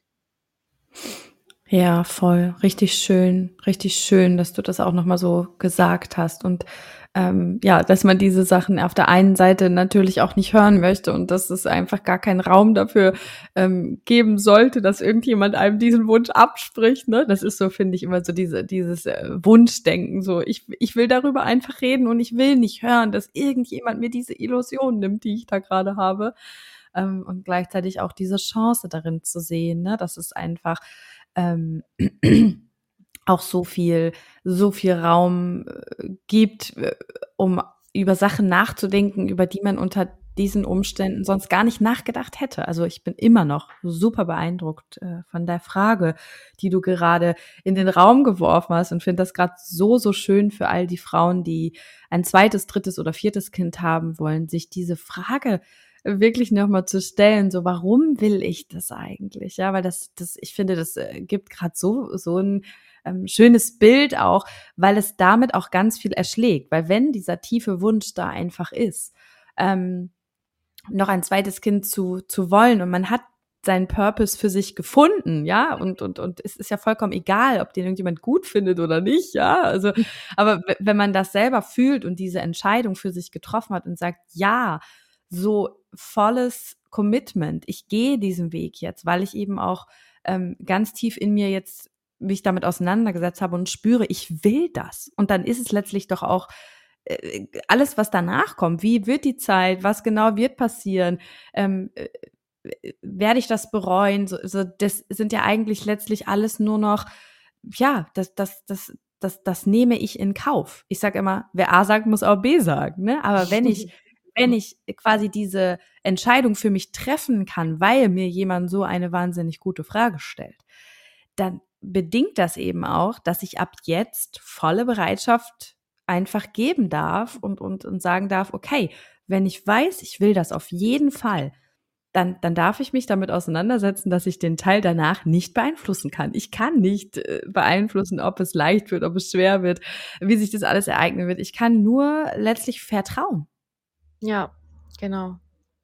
Ja, voll. Richtig schön, richtig schön, dass du das auch nochmal so gesagt hast. Und ähm, ja, dass man diese Sachen auf der einen Seite natürlich auch nicht hören möchte und dass es einfach gar keinen Raum dafür ähm, geben sollte, dass irgendjemand einem diesen Wunsch abspricht. Ne? Das ist so, finde ich, immer so diese, dieses äh, Wunschdenken. So, ich, ich will darüber einfach reden und ich will nicht hören, dass irgendjemand mir diese Illusion nimmt, die ich da gerade habe. Ähm, und gleichzeitig auch diese Chance darin zu sehen, ne? Dass es einfach ähm, auch so viel, so viel Raum äh, gibt, äh, um über Sachen nachzudenken, über die man unter diesen Umständen sonst gar nicht nachgedacht hätte. Also ich bin immer noch super beeindruckt äh, von der Frage, die du gerade in den Raum geworfen hast und finde das gerade so, so schön für all die Frauen, die ein zweites, drittes oder viertes Kind haben wollen, sich diese Frage wirklich nochmal zu stellen, so warum will ich das eigentlich? Ja, weil das, das, ich finde, das äh, gibt gerade so so ein ähm, schönes Bild auch, weil es damit auch ganz viel erschlägt. Weil wenn dieser tiefe Wunsch da einfach ist, ähm, noch ein zweites Kind zu zu wollen und man hat seinen Purpose für sich gefunden, ja, und und und es ist ja vollkommen egal, ob den irgendjemand gut findet oder nicht, ja, also, aber w- wenn man das selber fühlt und diese Entscheidung für sich getroffen hat und sagt, ja, so volles Commitment, ich gehe diesen Weg jetzt, weil ich eben auch ähm, ganz tief in mir jetzt mich damit auseinandergesetzt habe und spüre, ich will das. Und dann ist es letztlich doch auch äh, alles, was danach kommt. Wie wird die Zeit? Was genau wird passieren? Ähm, äh, werde ich das bereuen? So, so, das sind ja eigentlich letztlich alles nur noch, ja, das, das, das, das, das nehme ich in Kauf. Ich sage immer, wer A sagt, muss auch B sagen. Ne? Aber wenn ich, wenn ich quasi diese Entscheidung für mich treffen kann, weil mir jemand so eine wahnsinnig gute Frage stellt, dann bedingt das eben auch, dass ich ab jetzt volle Bereitschaft einfach geben darf und, und, und sagen darf, okay, wenn ich weiß, ich will das auf jeden Fall, dann, dann darf ich mich damit auseinandersetzen, dass ich den Teil danach nicht beeinflussen kann. Ich kann nicht äh, beeinflussen, ob es leicht wird, ob es schwer wird, wie sich das alles ereignen wird. Ich kann nur letztlich vertrauen. Ja, genau.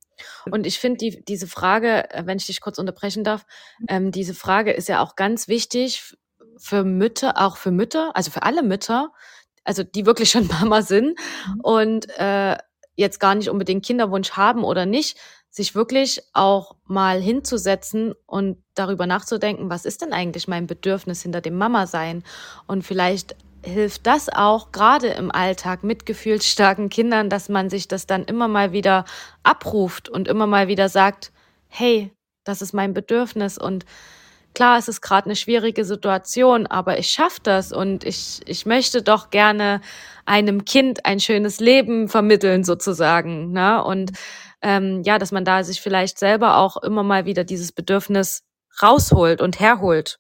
Und ich finde die, diese Frage, äh, wenn ich dich kurz unterbrechen darf, ähm, diese Frage ist ja auch ganz wichtig f- für Mütter, auch für Mütter, also für alle Mütter, also die wirklich schon Mama sind Mhm. und äh, jetzt gar nicht unbedingt Kinderwunsch haben oder nicht, sich wirklich auch mal hinzusetzen und darüber nachzudenken, was ist denn eigentlich mein Bedürfnis hinter dem Mama-Sein? Und vielleicht hilft das auch gerade im Alltag mit gefühlsstarken Kindern, dass man sich das dann immer mal wieder abruft und immer mal wieder sagt, hey, das ist mein Bedürfnis und klar, es ist gerade eine schwierige Situation, aber ich schaffe das und ich, ich möchte doch gerne einem Kind ein schönes Leben vermitteln sozusagen, ne? Und ähm, ja, dass man da sich vielleicht selber auch immer mal wieder dieses Bedürfnis rausholt und herholt.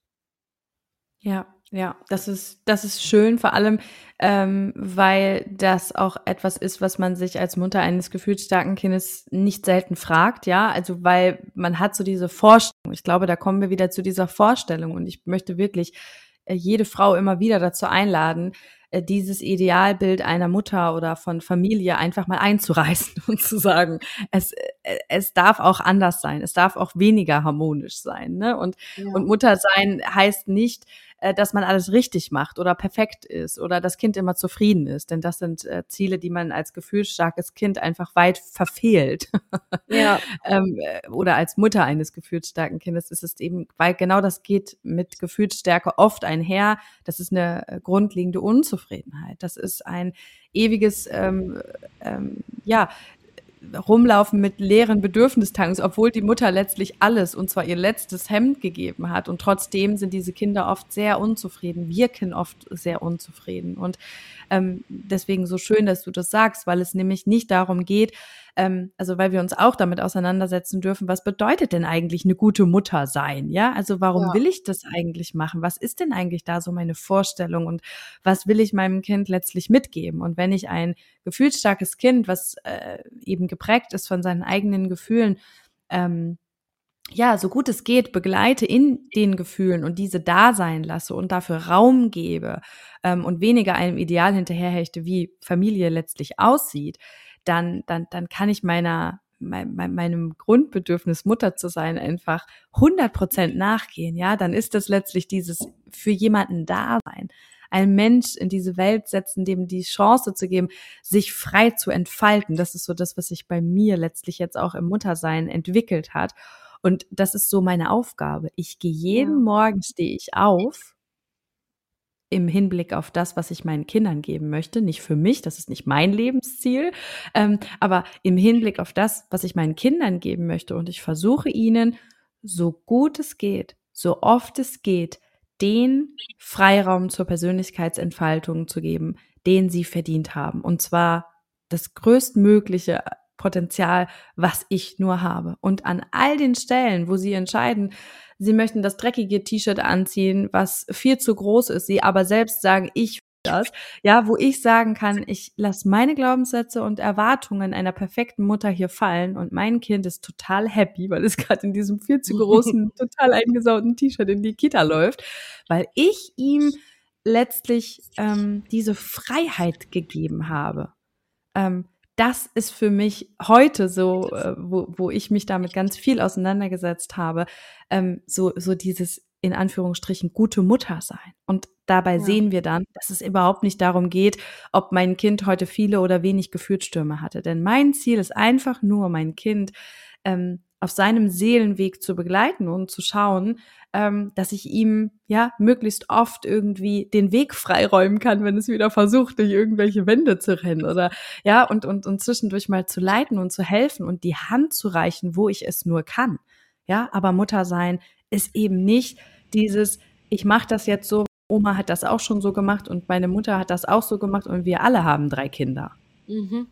Ja, ja, das ist das ist schön, vor allem, ähm, weil das auch etwas ist, was man sich als Mutter eines gefühlsstarken Kindes nicht selten fragt, ja? Also, weil man hat so diese Vorstellung. Ich glaube, da kommen wir wieder zu dieser Vorstellung und ich möchte wirklich, äh, jede Frau immer wieder dazu einladen, äh, dieses Idealbild einer Mutter oder von Familie einfach mal einzureißen und zu sagen, es äh, es darf auch anders sein. Es darf auch weniger harmonisch sein, ne? Und und Ja. Mutter sein heißt nicht, äh, dass man alles richtig macht oder perfekt ist oder das Kind immer zufrieden ist. Denn das sind äh, Ziele, die man als gefühlsstarkes Kind einfach weit verfehlt. Ja, ähm, äh, oder als Mutter eines gefühlsstarken Kindes ist es eben, weil genau das geht mit Gefühlsstärke oft einher. Das ist eine äh, grundlegende Unzufriedenheit. Das ist ein ewiges, ähm, ähm, ja, rumlaufen mit leeren Bedürfnistanks, obwohl die Mutter letztlich alles, und zwar ihr letztes Hemd gegeben hat. Und trotzdem sind diese Kinder oft sehr unzufrieden, wirken oft sehr unzufrieden. Und ähm, deswegen so schön, dass du das sagst, weil es nämlich nicht darum geht, ähm, also weil wir uns auch damit auseinandersetzen dürfen, was bedeutet denn eigentlich eine gute Mutter sein? Ja, also warum ja, will ich das eigentlich machen? Was ist denn eigentlich da so meine Vorstellung und was will ich meinem Kind letztlich mitgeben? Und wenn ich ein gefühlsstarkes Kind, was äh, eben geprägt ist von seinen eigenen Gefühlen, ähm, ja, so gut es geht, begleite in den Gefühlen und diese da sein lasse und dafür Raum gebe ähm, und weniger einem Ideal hinterherhechte, wie Familie letztlich aussieht, dann, dann, dann kann ich meiner, mein, mein, meinem Grundbedürfnis, Mutter zu sein, einfach hundert Prozent nachgehen. Ja, dann ist das letztlich dieses für jemanden da sein, einen Mensch in diese Welt setzen, dem die Chance zu geben, sich frei zu entfalten. Das ist so das, was sich bei mir letztlich jetzt auch im Muttersein entwickelt hat. Und das ist so meine Aufgabe. Ich gehe jeden ja, Morgen, stehe ich auf im Hinblick auf das, was ich meinen Kindern geben möchte. Nicht für mich, das ist nicht mein Lebensziel, ähm, aber im Hinblick auf das, was ich meinen Kindern geben möchte. Und ich versuche ihnen, so gut es geht, so oft es geht, den Freiraum zur Persönlichkeitsentfaltung zu geben, den sie verdient haben. Und zwar das größtmögliche Potenzial, was ich nur habe. Und an all den Stellen, wo sie entscheiden, sie möchten das dreckige T-Shirt anziehen, was viel zu groß ist, sie aber selbst sagen, ich das, ja, wo ich sagen kann, ich lasse meine Glaubenssätze und Erwartungen einer perfekten Mutter hier fallen und mein Kind ist total happy, weil es gerade in diesem viel zu großen, total eingesauten T-Shirt in die Kita läuft, weil ich ihm letztlich ähm, diese Freiheit gegeben habe. Ähm, das ist für mich heute so, äh, wo, wo ich mich damit ganz viel auseinandergesetzt habe, ähm, so, so dieses in Anführungsstrichen gute Mutter sein. Und dabei ja, sehen wir dann, dass es überhaupt nicht darum geht, ob mein Kind heute viele oder wenig Gefühlsstürme hatte. Denn mein Ziel ist einfach nur, mein Kind ähm, auf seinem Seelenweg zu begleiten und zu schauen, ähm, dass ich ihm ja möglichst oft irgendwie den Weg freiräumen kann, wenn es wieder versucht, durch irgendwelche Wände zu rennen oder ja, und, und, und zwischendurch mal zu leiten und zu helfen und die Hand zu reichen, wo ich es nur kann. Ja, aber Mutter sein ist eben nicht dieses, ich mache das jetzt so, Oma hat das auch schon so gemacht und meine Mutter hat das auch so gemacht und wir alle haben drei Kinder. mhm,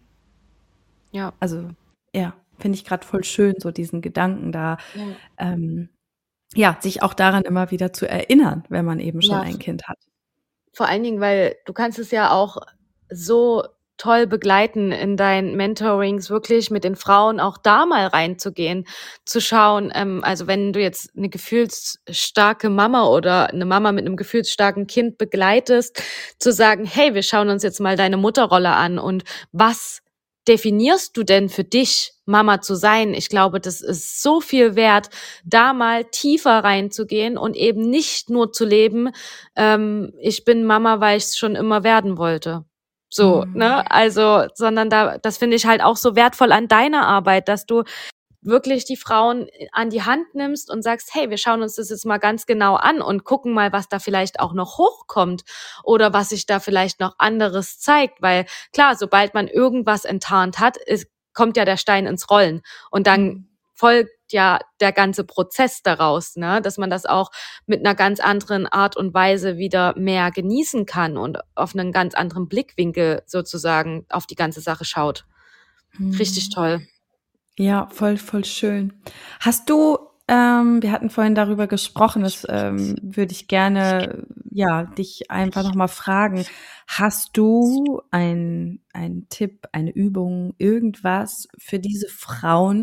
ja, Also ja, finde ich gerade voll schön, so diesen Gedanken da, ja, ähm, ja, sich auch daran immer wieder zu erinnern, wenn man eben schon ja. ein Kind hat. Vor allen Dingen, weil du kannst es ja auch so toll begleiten in deinen Mentorings, wirklich mit den Frauen auch da mal reinzugehen, zu schauen, ähm, also wenn du jetzt eine gefühlsstarke Mama oder eine Mama mit einem gefühlsstarken Kind begleitest, zu sagen: „Hey, wir schauen uns jetzt mal deine Mutterrolle an und was definierst du denn für dich, Mama zu sein?“ Ich glaube, das ist so viel wert, da mal tiefer reinzugehen und eben nicht nur zu leben, ähm, ich bin Mama, weil ich es schon immer werden wollte. So, Mhm. ne? Also, sondern da, das finde ich halt auch so wertvoll an deiner Arbeit, dass du wirklich die Frauen an die Hand nimmst und sagst, hey, wir schauen uns das jetzt mal ganz genau an und gucken mal, was da vielleicht auch noch hochkommt oder was sich da vielleicht noch anderes zeigt, weil klar, sobald man irgendwas enttarnt hat, ist, kommt ja der Stein ins Rollen und dann Mhm. folgt ja der ganze Prozess daraus, ne? Dass man das auch mit einer ganz anderen Art und Weise wieder mehr genießen kann und auf einen ganz anderen Blickwinkel sozusagen auf die ganze Sache schaut. Richtig toll. Ja, voll, voll schön. Hast du, ähm, wir hatten vorhin darüber gesprochen, das ähm, würde ich gerne, ja, dich einfach nochmal fragen. Hast du ein, ein Tipp, eine Übung, irgendwas für diese Frauen,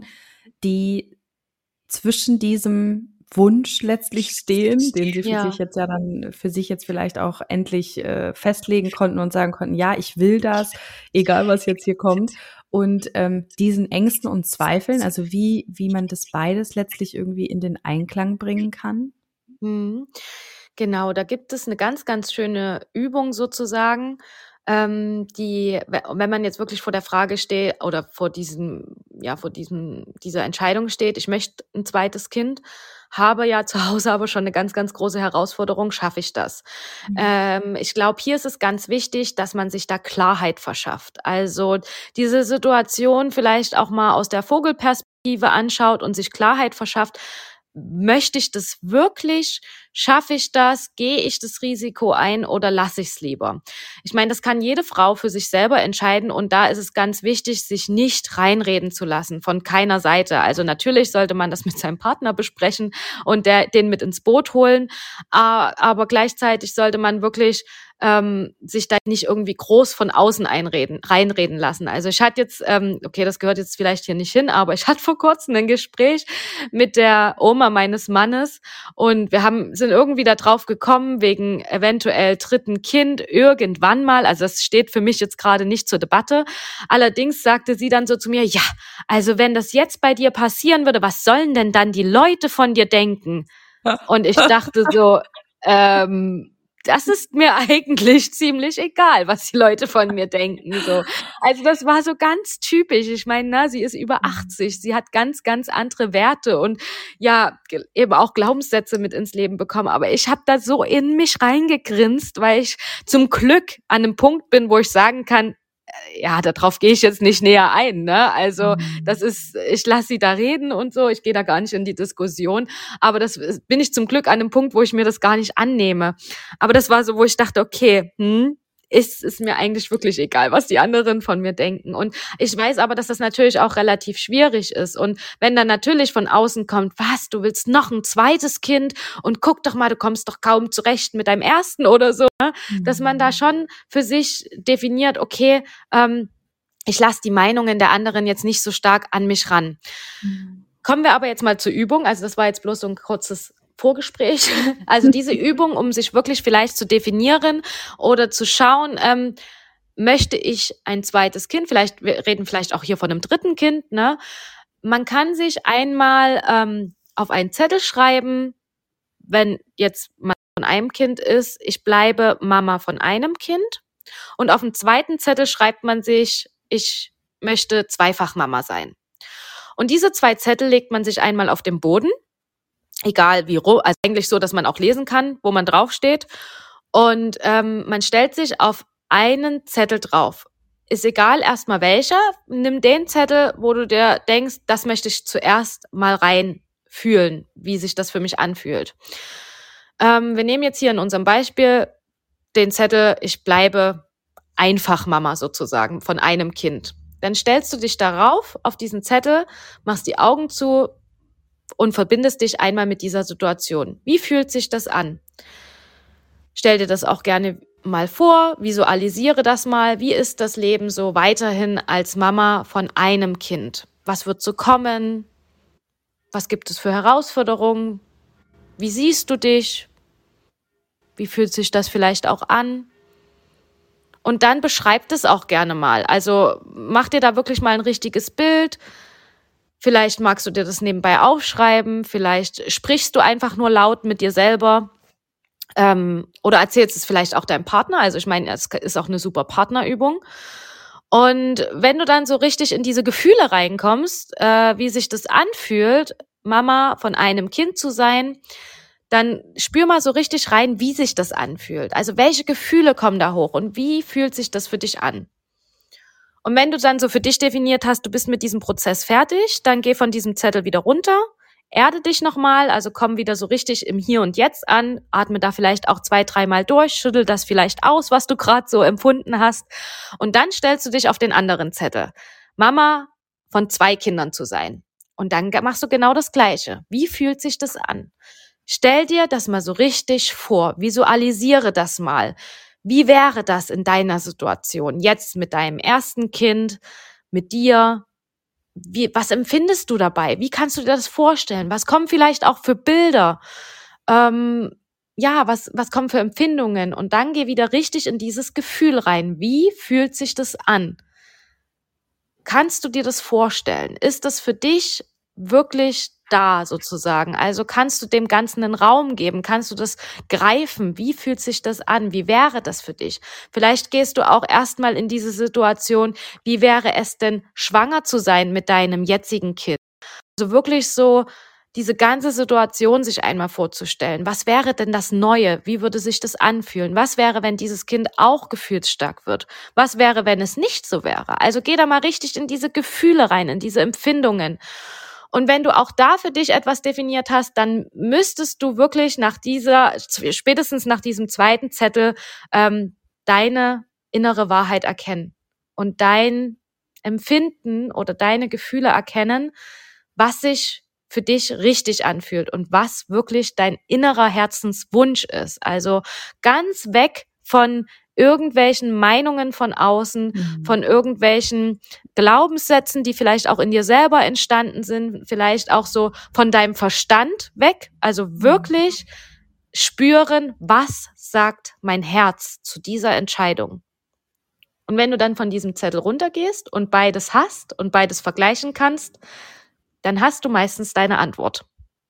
die zwischen diesem Wunsch letztlich stehen, den sie für Ja. sich jetzt ja dann für sich jetzt vielleicht auch endlich äh, festlegen konnten und sagen konnten, ja, ich will das, egal was jetzt hier kommt. Und ähm, diesen Ängsten und Zweifeln, also wie, wie man das beides letztlich irgendwie in den Einklang bringen kann? Mhm. Genau, da gibt es eine ganz, ganz schöne Übung sozusagen, ähm, die, we wenn man jetzt wirklich vor der Frage steht oder vor diesem ja, vor diesem dieser Entscheidung steht: „Ich möchte ein zweites Kind, habe ja zu Hause aber schon eine ganz, ganz große Herausforderung. Schaffe ich das?“ Mhm. Ähm, ich glaube, hier ist es ganz wichtig, dass man sich da Klarheit verschafft. Also, diese Situation vielleicht auch mal aus der Vogelperspektive anschaut und sich Klarheit verschafft: Möchte ich das wirklich? Schaffe ich das? Gehe ich das Risiko ein oder lasse ich es lieber? Ich meine, das kann jede Frau für sich selber entscheiden und da ist es ganz wichtig, sich nicht reinreden zu lassen von keiner Seite. Also natürlich sollte man das mit seinem Partner besprechen und der, den mit ins Boot holen, a- aber gleichzeitig sollte man wirklich ähm, sich da nicht irgendwie groß von außen einreden, reinreden lassen. Also ich hatte jetzt, ähm, okay, das gehört jetzt vielleicht hier nicht hin, aber ich hatte vor kurzem ein Gespräch mit der Oma meines Mannes und wir haben, sind irgendwie da drauf gekommen, wegen eventuell dritten Kind irgendwann mal. Also das steht für mich jetzt gerade nicht zur Debatte. Allerdings sagte sie dann so zu mir, ja, also wenn das jetzt bei dir passieren würde, was sollen denn dann die Leute von dir denken? Und ich dachte so, ähm, das ist mir eigentlich ziemlich egal, was die Leute von mir denken. So. Also das war so ganz typisch. Ich meine, na, sie ist über achtzig, sie hat ganz, ganz andere Werte und ja, ge- eben auch Glaubenssätze mit ins Leben bekommen. Aber ich habe da so in mich reingegrinst, weil ich zum Glück an einem Punkt bin, wo ich sagen kann, ja, darauf gehe ich jetzt nicht näher ein, ne? Also, das ist, ich lasse sie da reden und so, ich gehe da gar nicht in die Diskussion, aber das ist- bin ich zum Glück an einem Punkt, wo ich mir das gar nicht annehme. Aber das war so, wo ich dachte, okay, hm, ist, ist mir eigentlich wirklich egal, was die anderen von mir denken. Und ich weiß aber, dass das natürlich auch relativ schwierig ist. Und wenn dann natürlich von außen kommt, was, du willst noch ein zweites Kind und guck doch mal, du kommst doch kaum zurecht mit deinem ersten oder so, ne? Dass man da schon für sich definiert, okay, ähm, ich lasse die Meinungen der anderen jetzt nicht so stark an mich ran. Kommen wir aber jetzt mal zur Übung. Also das war jetzt bloß so ein kurzes Vorgespräch. Also diese Übung, um sich wirklich vielleicht zu definieren oder zu schauen, ähm, möchte ich ein zweites Kind? Vielleicht, wir reden vielleicht auch hier von einem dritten Kind, ne? Man kann sich einmal ähm, auf einen Zettel schreiben, wenn jetzt man von einem Kind ist, ich bleibe Mama von einem Kind. Und auf dem zweiten Zettel schreibt man sich, ich möchte Zweifachmama sein. Und diese zwei Zettel legt man sich einmal auf den Boden, egal wie rum, also eigentlich so, dass man auch lesen kann, wo man draufsteht. Und ähm, man stellt sich auf einen Zettel drauf. Ist egal erstmal welcher, nimm den Zettel, wo du dir denkst, das möchte ich zuerst mal reinfühlen, wie sich das für mich anfühlt. Ähm, wir nehmen jetzt hier in unserem Beispiel den Zettel, ich bleibe Einfachmama sozusagen von einem Kind. Dann stellst du dich darauf, auf diesen Zettel, machst die Augen zu und verbindest dich einmal mit dieser Situation. Wie fühlt sich das an? Stell dir das auch gerne mal vor, visualisiere das mal. Wie ist das Leben so weiterhin als Mama von einem Kind? Was wird so kommen? Was gibt es für Herausforderungen? Wie siehst du dich? Wie fühlt sich das vielleicht auch an? Und dann beschreib das auch gerne mal. Also mach dir da wirklich mal ein richtiges Bild. Vielleicht magst du dir das nebenbei aufschreiben. Vielleicht sprichst du einfach nur laut mit dir selber. Ähm, oder erzählst es vielleicht auch deinem Partner. Also ich meine, es ist auch eine super Partnerübung. Und wenn du dann so richtig in diese Gefühle reinkommst, äh, wie sich das anfühlt, Mama von einem Kind zu sein, dann spür mal so richtig rein, wie sich das anfühlt. Also welche Gefühle kommen da hoch und wie fühlt sich das für dich an? Und wenn du dann so für dich definiert hast, du bist mit diesem Prozess fertig, dann geh von diesem Zettel wieder runter, erde dich nochmal, also komm wieder so richtig im Hier und Jetzt an, atme da vielleicht auch zwei, dreimal durch, schüttel das vielleicht aus, was du gerade so empfunden hast. Und dann stellst du dich auf den anderen Zettel. Mama von zwei Kindern zu sein. Und dann machst du genau das Gleiche. Wie fühlt sich das an? Stell dir das mal so richtig vor, visualisiere das mal. Wie wäre das in deiner Situation? Jetzt mit deinem ersten Kind, mit dir. Wie, was empfindest du dabei? Wie kannst du dir das vorstellen? Was kommen vielleicht auch für Bilder? Ähm, ja, was, was kommen für Empfindungen? Und dann geh wieder richtig in dieses Gefühl rein. Wie fühlt sich das an? Kannst du dir das vorstellen? Ist das für dich wirklich da sozusagen? Also kannst du dem Ganzen einen Raum geben? Kannst du das greifen? Wie fühlt sich das an? Wie wäre das für dich? Vielleicht gehst du auch erstmal in diese Situation, wie wäre es denn, schwanger zu sein mit deinem jetzigen Kind? Also wirklich so diese ganze Situation sich einmal vorzustellen. Was wäre denn das Neue? Wie würde sich das anfühlen? Was wäre, wenn dieses Kind auch gefühlsstark wird? Was wäre, wenn es nicht so wäre? Also geh da mal richtig in diese Gefühle rein, in diese Empfindungen. Und wenn du auch da für dich etwas definiert hast, dann müsstest du wirklich nach dieser, spätestens nach diesem zweiten Zettel, ähm, deine innere Wahrheit erkennen und dein Empfinden oder deine Gefühle erkennen, was sich für dich richtig anfühlt und was wirklich dein innerer Herzenswunsch ist. Also ganz weg von irgendwelchen Meinungen von außen, Mhm. von irgendwelchen Glaubenssätzen, die vielleicht auch in dir selber entstanden sind, vielleicht auch so von deinem Verstand weg. Also wirklich spüren, was sagt mein Herz zu dieser Entscheidung. Und wenn du dann von diesem Zettel runtergehst und beides hast und beides vergleichen kannst, dann hast du meistens deine Antwort.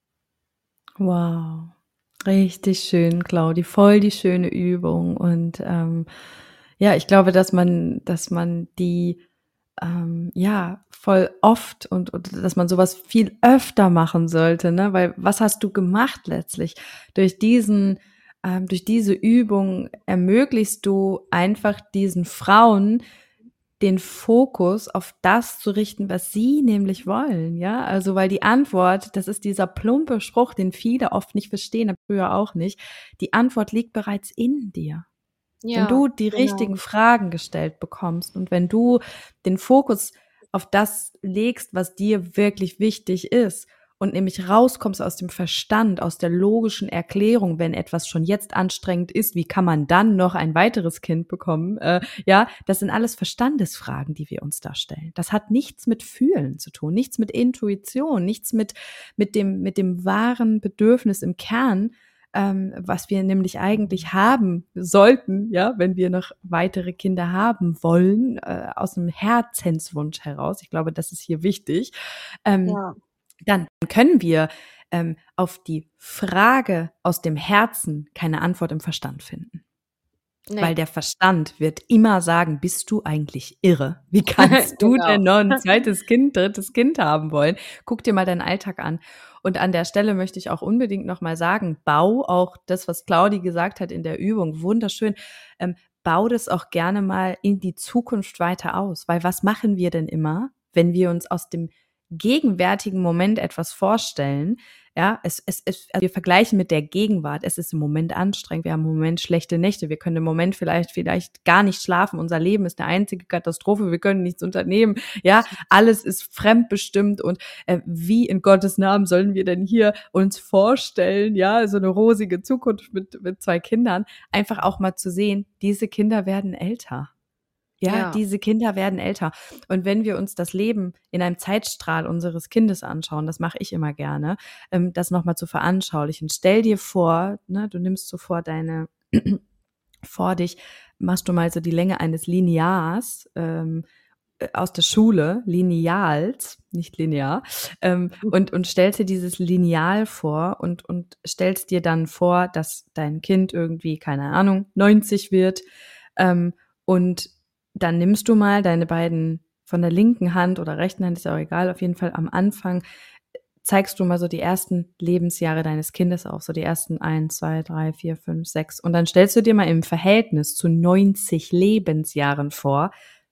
Wow, richtig schön, Claudi, voll die schöne Übung. Und ähm, ja, ich glaube, dass man, dass man die ähm, ja voll oft und, und dass man sowas viel öfter machen sollte, ne? Weil was hast du gemacht letztlich? Durch diesen, ähm, durch diese Übung ermöglichst du einfach diesen Frauen den Fokus auf das zu richten, was sie nämlich wollen, ja? Also, weil die Antwort, das ist dieser plumpe Spruch, den viele oft nicht verstehen, aber früher auch nicht. Die Antwort liegt bereits in dir. Wenn Ja, du die genau. richtigen Fragen gestellt bekommst und wenn du den Fokus auf das legst, was dir wirklich wichtig ist und nämlich rauskommst aus dem Verstand, aus der logischen Erklärung, wenn etwas schon jetzt anstrengend ist, wie kann man dann noch ein weiteres Kind bekommen? Äh, ja, das sind alles Verstandesfragen, die wir uns da stellen. Das hat nichts mit Fühlen zu tun, nichts mit Intuition, nichts mit, mit dem, mit dem wahren Bedürfnis im Kern, ähm, was wir nämlich eigentlich haben sollten, ja, wenn wir noch weitere Kinder haben wollen, äh, aus einem Herzenswunsch heraus. Ich glaube, das ist hier wichtig. Ähm, Ja. Dann können wir ähm, auf die Frage aus dem Herzen keine Antwort im Verstand finden. Nee. Weil der Verstand wird immer sagen, bist du eigentlich irre? Wie kannst du Genau. denn noch ein zweites Kind, drittes Kind haben wollen? Guck dir mal deinen Alltag an. Und an der Stelle möchte ich auch unbedingt nochmal sagen, bau auch das, was Claudi gesagt hat in der Übung, wunderschön, ähm, bau das auch gerne mal in die Zukunft weiter aus. Weil was machen wir denn immer, wenn wir uns aus dem gegenwärtigen Moment etwas vorstellen? Ja, es, es, es, also wir vergleichen mit der Gegenwart. Es ist im Moment anstrengend. Wir haben im Moment schlechte Nächte. Wir können im Moment vielleicht, vielleicht gar nicht schlafen. Unser Leben ist eine einzige Katastrophe. Wir können nichts unternehmen. Ja, alles ist fremdbestimmt. Und äh, wie in Gottes Namen sollen wir denn hier uns vorstellen? Ja, so eine rosige Zukunft mit, mit zwei Kindern. Einfach auch mal zu sehen, diese Kinder werden älter. Ja, Ja. diese Kinder werden älter. Und wenn wir uns das Leben in einem Zeitstrahl unseres Kindes anschauen, das mache ich immer gerne, ähm, das nochmal zu veranschaulichen. Stell dir vor, ne, du nimmst sofort deine, vor dich, machst du mal so die Länge eines Linears ähm, aus der Schule, Lineals, nicht linear, ähm, und, und stellst dir dieses Lineal vor und, und stellst dir dann vor, dass dein Kind irgendwie, keine Ahnung, neunzig wird ähm, und dann nimmst du mal deine beiden von der linken Hand oder rechten Hand, ist auch egal, auf jeden Fall am Anfang zeigst du mal so die ersten Lebensjahre deines Kindes auf, so die ersten eins, zwei, drei, vier, fünf, sechs. Und dann stellst du dir mal im Verhältnis zu neunzig Lebensjahren vor,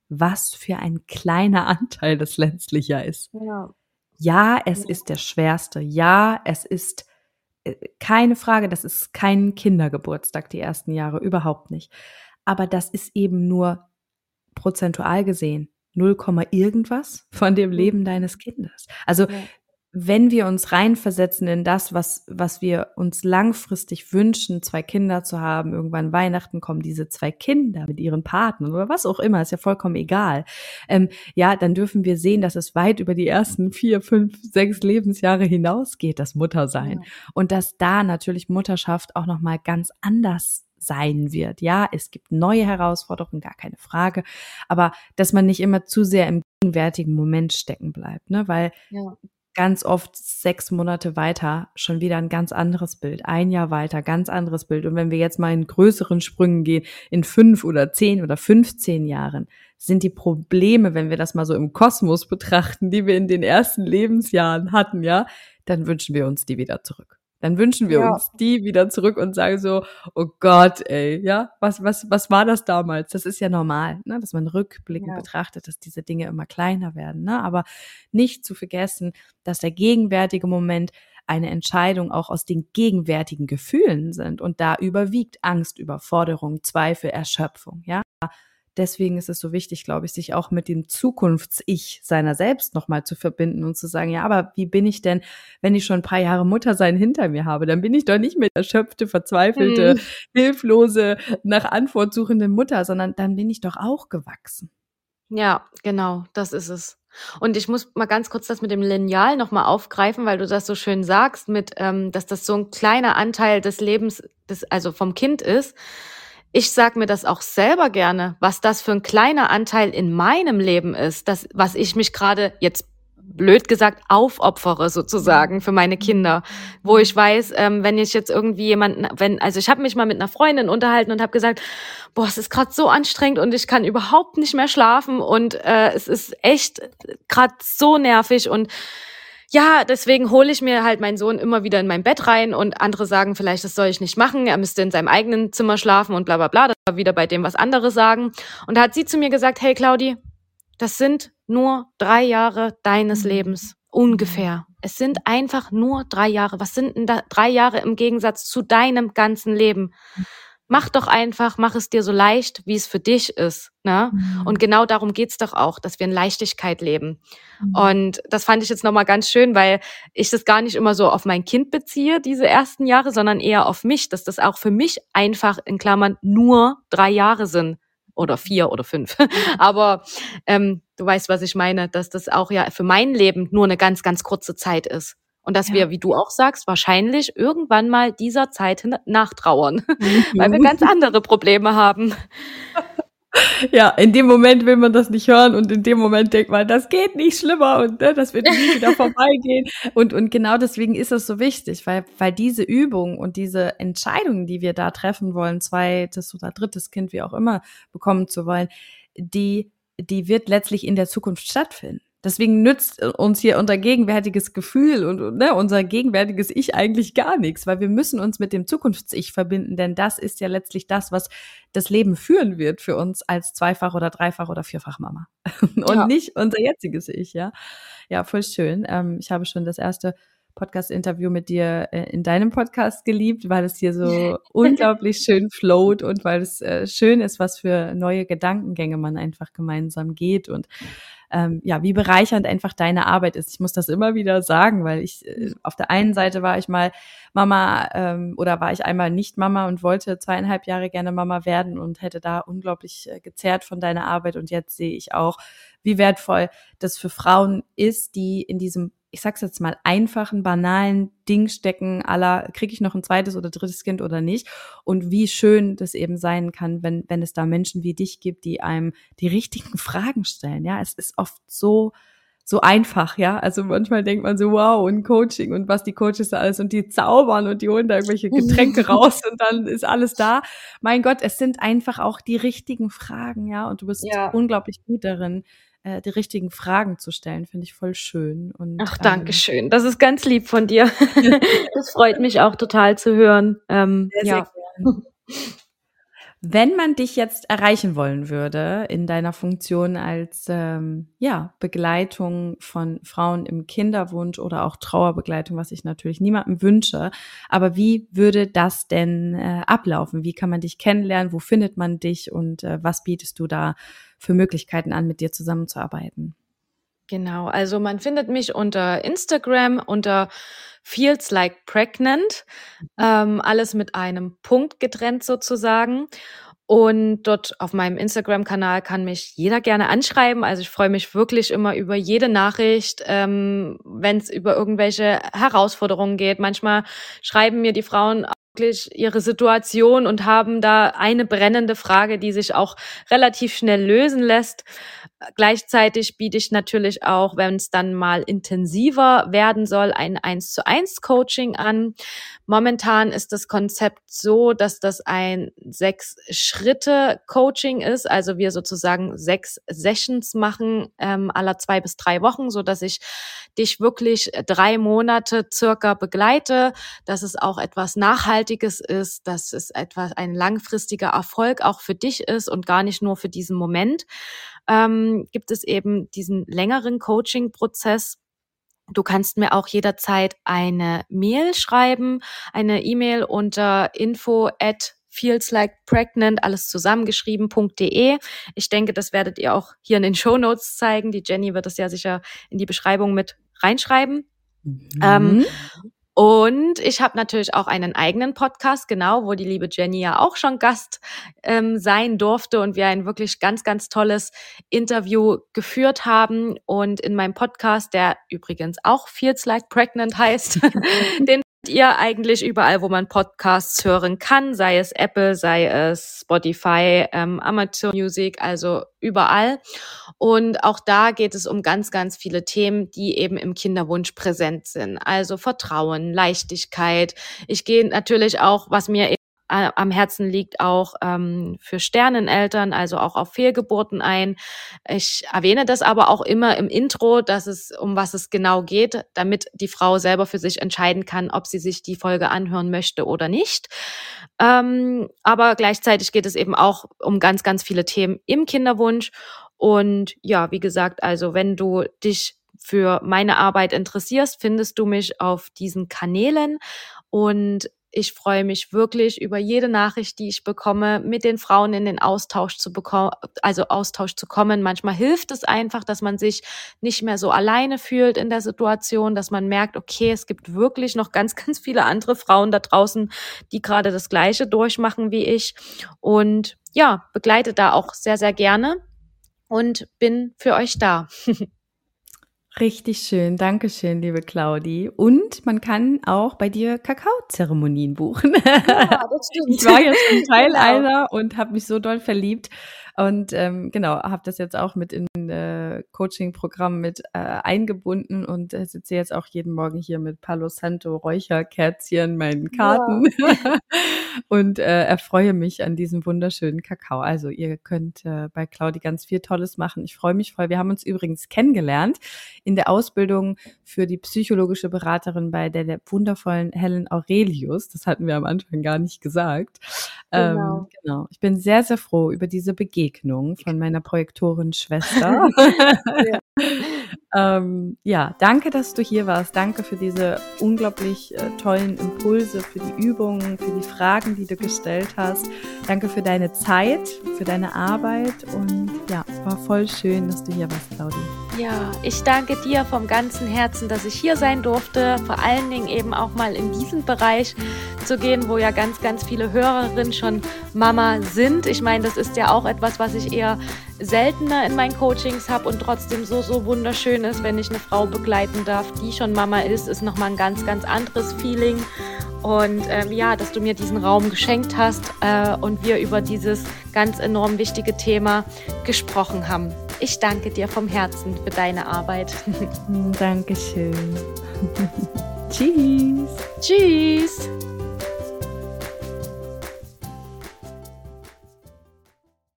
was für ein kleiner Anteil das letztlich ja ist. Ja. Ja, es Ja. ist der schwerste. Ja, es ist äh, keine Frage, das ist kein Kindergeburtstag, die ersten Jahre, überhaupt nicht. Aber das ist eben nur prozentual gesehen null, irgendwas von dem Leben deines Kindes. Also Ja. wenn wir uns reinversetzen in das, was, was wir uns langfristig wünschen, zwei Kinder zu haben, irgendwann Weihnachten kommen diese zwei Kinder mit ihren Partnern oder was auch immer, ist ja vollkommen egal. Ähm, ja, dann dürfen wir sehen, dass es weit über die ersten vier, fünf, sechs Lebensjahre hinausgeht, das Muttersein. Ja. Und dass da natürlich Mutterschaft auch nochmal ganz anders sein wird. Ja, es gibt neue Herausforderungen, gar keine Frage. Aber dass man nicht immer zu sehr im gegenwärtigen Moment stecken bleibt, ne, weil Ja. ganz oft sechs Monate weiter schon wieder ein ganz anderes Bild, ein Jahr weiter, ganz anderes Bild. Und wenn wir jetzt mal in größeren Sprüngen gehen, in fünf oder zehn oder fünfzehn Jahren, sind die Probleme, wenn wir das mal so im Kosmos betrachten, die wir in den ersten Lebensjahren hatten, ja, dann wünschen wir uns die wieder zurück. Dann wünschen wir Ja. uns die wieder zurück und sagen so, oh Gott, ey, ja, was, was, was war das damals? Das ist ja normal, ne, dass man rückblickend Ja. betrachtet, dass diese Dinge immer kleiner werden, ne, aber nicht zu vergessen, dass der gegenwärtige Moment eine Entscheidung auch aus den gegenwärtigen Gefühlen sind und da überwiegt Angst, Überforderung, Zweifel, Erschöpfung, ja. Deswegen ist es so wichtig, glaube ich, sich auch mit dem Zukunfts-Ich seiner selbst nochmal zu verbinden und zu sagen, ja, aber wie bin ich denn, wenn ich schon ein paar Jahre Muttersein hinter mir habe? Dann bin ich doch nicht mehr erschöpfte, verzweifelte, Hm. hilflose, nach Antwort suchende Mutter, sondern dann bin ich doch auch gewachsen. Ja, genau, das ist es. Und ich muss mal ganz kurz das mit dem Lineal noch mal aufgreifen, weil du das so schön sagst, mit, ähm, dass das so ein kleiner Anteil des Lebens, des, also vom Kind ist. Ich sag mir das auch selber gerne, was das für ein kleiner Anteil in meinem Leben ist, das, was ich mich gerade jetzt blöd gesagt aufopfere sozusagen für meine Kinder, wo ich weiß, ähm, wenn ich jetzt irgendwie jemanden, wenn, also ich habe mich mal mit einer Freundin unterhalten und habe gesagt, boah, es ist gerade so anstrengend und ich kann überhaupt nicht mehr schlafen und äh, es ist echt gerade so nervig und ja, deswegen hole ich mir halt meinen Sohn immer wieder in mein Bett rein und andere sagen vielleicht, das soll ich nicht machen, er müsste in seinem eigenen Zimmer schlafen und bla bla bla, das war wieder bei dem, was andere sagen. Und da hat sie zu mir gesagt, hey Claudi, das sind nur drei Jahre deines Lebens, ungefähr. Es sind einfach nur drei Jahre. Was sind denn da drei Jahre im Gegensatz zu deinem ganzen Leben? Mach doch einfach, mach es dir so leicht, wie es für dich ist. Ne? Und genau darum geht's doch auch, dass wir in Leichtigkeit leben. Und das fand ich jetzt nochmal ganz schön, weil ich das gar nicht immer so auf mein Kind beziehe, diese ersten Jahre, sondern eher auf mich, dass das auch für mich einfach in Klammern nur drei Jahre sind. Oder vier oder fünf. Aber ähm, du weißt, was ich meine, dass das auch ja für mein Leben nur eine ganz, ganz kurze Zeit ist. Und dass Ja. wir, wie du auch sagst, wahrscheinlich irgendwann mal dieser Zeit nachtrauern, weil wir ganz andere Probleme haben. Ja, in dem Moment will man das nicht hören und in dem Moment denkt man, das geht nicht schlimmer und ne, das wird nie wieder vorbeigehen. Und, und genau deswegen ist es so wichtig, weil, weil diese Übung und diese Entscheidungen, die wir da treffen wollen, zweites oder drittes Kind, wie auch immer, bekommen zu wollen, die, die wird letztlich in der Zukunft stattfinden. Deswegen nützt uns hier unser gegenwärtiges Gefühl und ne, unser gegenwärtiges Ich eigentlich gar nichts, weil wir müssen uns mit dem Zukunfts-Ich verbinden, denn das ist ja letztlich das, was das Leben führen wird für uns als Zweifach- oder Dreifach- oder Vierfach-Mama. Und Ja. nicht unser jetziges Ich, ja. Ja, voll schön. Ähm, ich habe schon das erste Podcast-Interview mit dir äh, in deinem Podcast geliebt, weil es hier so unglaublich schön float und weil es äh, schön ist, was für neue Gedankengänge man einfach gemeinsam geht und ähm, ja, wie bereichernd einfach deine Arbeit ist. Ich muss das immer wieder sagen, weil ich äh, auf der einen Seite war ich mal Mama ähm, oder war ich einmal nicht Mama und wollte zweieinhalb Jahre gerne Mama werden und hätte da unglaublich äh, gezerrt von deiner Arbeit und jetzt sehe ich auch, wie wertvoll das für Frauen ist, die in diesem, ich sag's jetzt mal, einfachen, banalen Ding stecken, à la, kriege ich noch ein zweites oder drittes Kind oder nicht? Und wie schön das eben sein kann, wenn, wenn es da Menschen wie dich gibt, die einem die richtigen Fragen stellen. Ja, es ist oft so, so einfach, ja. Also manchmal denkt man so, wow, und Coaching und was die Coaches da alles und die zaubern und die holen da irgendwelche Getränke raus und dann ist alles da. Mein Gott, es sind einfach auch die richtigen Fragen, ja. Und du bist Ja. unglaublich gut darin, die richtigen Fragen zu stellen, finde ich voll schön. Und, Ach, danke schön. Das ist ganz lieb von dir. Das freut mich auch total zu hören. Ähm, sehr, ja. sehr gern. Wenn man dich jetzt erreichen wollen würde in deiner Funktion als ähm, ja, Begleitung von Frauen im Kinderwunsch oder auch Trauerbegleitung, was ich natürlich niemandem wünsche, aber wie würde das denn äh, ablaufen? Wie kann man dich kennenlernen? Wo findet man dich und äh, was bietest du da für Möglichkeiten an, mit dir zusammenzuarbeiten? Genau, also man findet mich unter Instagram unter feels like pregnant, ähm, alles mit einem Punkt getrennt sozusagen. Und dort auf meinem Instagram-Kanal kann mich jeder gerne anschreiben. Also ich freue mich wirklich immer über jede Nachricht, ähm, wenn es über irgendwelche Herausforderungen geht. Manchmal schreiben mir die Frauen wirklich ihre Situation und haben da eine brennende Frage, die sich auch relativ schnell lösen lässt. Gleichzeitig biete ich natürlich auch, wenn es dann mal intensiver werden soll, ein eins zu eins Coaching an. Momentan ist das Konzept so, dass das ein Sechs-Schritte-Coaching ist, also wir sozusagen sechs Sessions machen, ähm, aller zwei bis drei Wochen, so dass ich dich wirklich drei Monate circa begleite, dass es auch etwas Nachhaltiges ist, dass es etwas ein langfristiger Erfolg auch für dich ist und gar nicht nur für diesen Moment. Ähm, gibt es eben diesen längeren Coaching-Prozess. Du kannst mir auch jederzeit eine Mail schreiben, eine E-Mail unter info at feelslikepregnant, alles zusammengeschrieben.de. Ich denke, das werdet ihr auch hier in den Shownotes zeigen. Die Jenny wird es ja sicher in die Beschreibung mit reinschreiben. Mhm. Ähm, und ich habe natürlich auch einen eigenen Podcast, genau, wo die liebe Jenny ja auch schon Gast ähm, sein durfte und wir ein wirklich ganz, ganz tolles Interview geführt haben. Und in meinem Podcast, der übrigens auch Feels Like Pregnant heißt, den ihr eigentlich überall, wo man Podcasts hören kann, sei es Apple, sei es Spotify, ähm, Amazon Music, also überall. Und auch da geht es um ganz, ganz viele Themen, die eben im Kinderwunsch präsent sind. Also Vertrauen, Leichtigkeit. Ich gehe natürlich auch, was mir eben am Herzen liegt, auch ähm, für Sterneneltern, also auch auf Fehlgeburten ein. Ich erwähne das aber auch immer im Intro, dass es um was es genau geht, damit die Frau selber für sich entscheiden kann, ob sie sich die Folge anhören möchte oder nicht. Ähm, aber gleichzeitig geht es eben auch um ganz, ganz viele Themen im Kinderwunsch. Und ja, wie gesagt, also wenn du dich für meine Arbeit interessierst, findest du mich auf diesen Kanälen und ich freue mich wirklich über jede Nachricht, die ich bekomme, mit den Frauen in den Austausch zu bekommen, also Austausch zu kommen. Manchmal hilft es einfach, dass man sich nicht mehr so alleine fühlt in der Situation, dass man merkt, okay, es gibt wirklich noch ganz, ganz viele andere Frauen da draußen, die gerade das Gleiche durchmachen wie ich. Und ja, begleite da auch sehr, sehr gerne und bin für euch da. Richtig schön, danke schön, liebe Claudi. Und man kann auch bei dir Kakaozeremonien buchen. Ja, das stimmt. Ich war ja schon Teil Genau. einer und habe mich so doll verliebt und ähm, genau, habe das jetzt auch mit in äh, Coaching-Programm mit äh, eingebunden und äh, sitze jetzt auch jeden Morgen hier mit Palo Santo Räucherkerzchen, meinen Karten Ja. und äh, erfreue mich an diesem wunderschönen Kakao. Also ihr könnt äh, bei Claudi ganz viel Tolles machen. Ich freue mich voll. Wir haben uns übrigens kennengelernt in der Ausbildung für die psychologische Beraterin bei der, der wundervollen Helen Aurelius. Das hatten wir am Anfang gar nicht gesagt. Genau. Ähm, genau. Ich bin sehr, sehr froh über diese Begegnung von meiner Projektorin-Schwester. Ja. ähm, ja, danke, dass du hier warst. Danke für diese unglaublich äh, tollen Impulse, für die Übungen, für die Fragen, die du gestellt hast. Danke für deine Zeit, für deine Arbeit und ja, es war voll schön, dass du hier warst, Claudi. Ja, ich danke dir vom ganzen Herzen, dass ich hier sein durfte. Vor allen Dingen eben auch mal in diesen Bereich zu gehen, wo ja ganz, ganz viele Hörerinnen schon Mama sind. Ich meine, das ist ja auch etwas, was ich eher seltener in meinen Coachings habe und trotzdem so, so wunderschön ist, wenn ich eine Frau begleiten darf, die schon Mama ist, ist nochmal ein ganz, ganz anderes Feeling. Und ähm, ja, dass du mir diesen Raum geschenkt hast äh, und wir über dieses ganz enorm wichtige Thema gesprochen haben. Ich danke dir vom Herzen für deine Arbeit. Dankeschön. Tschüss. Tschüss.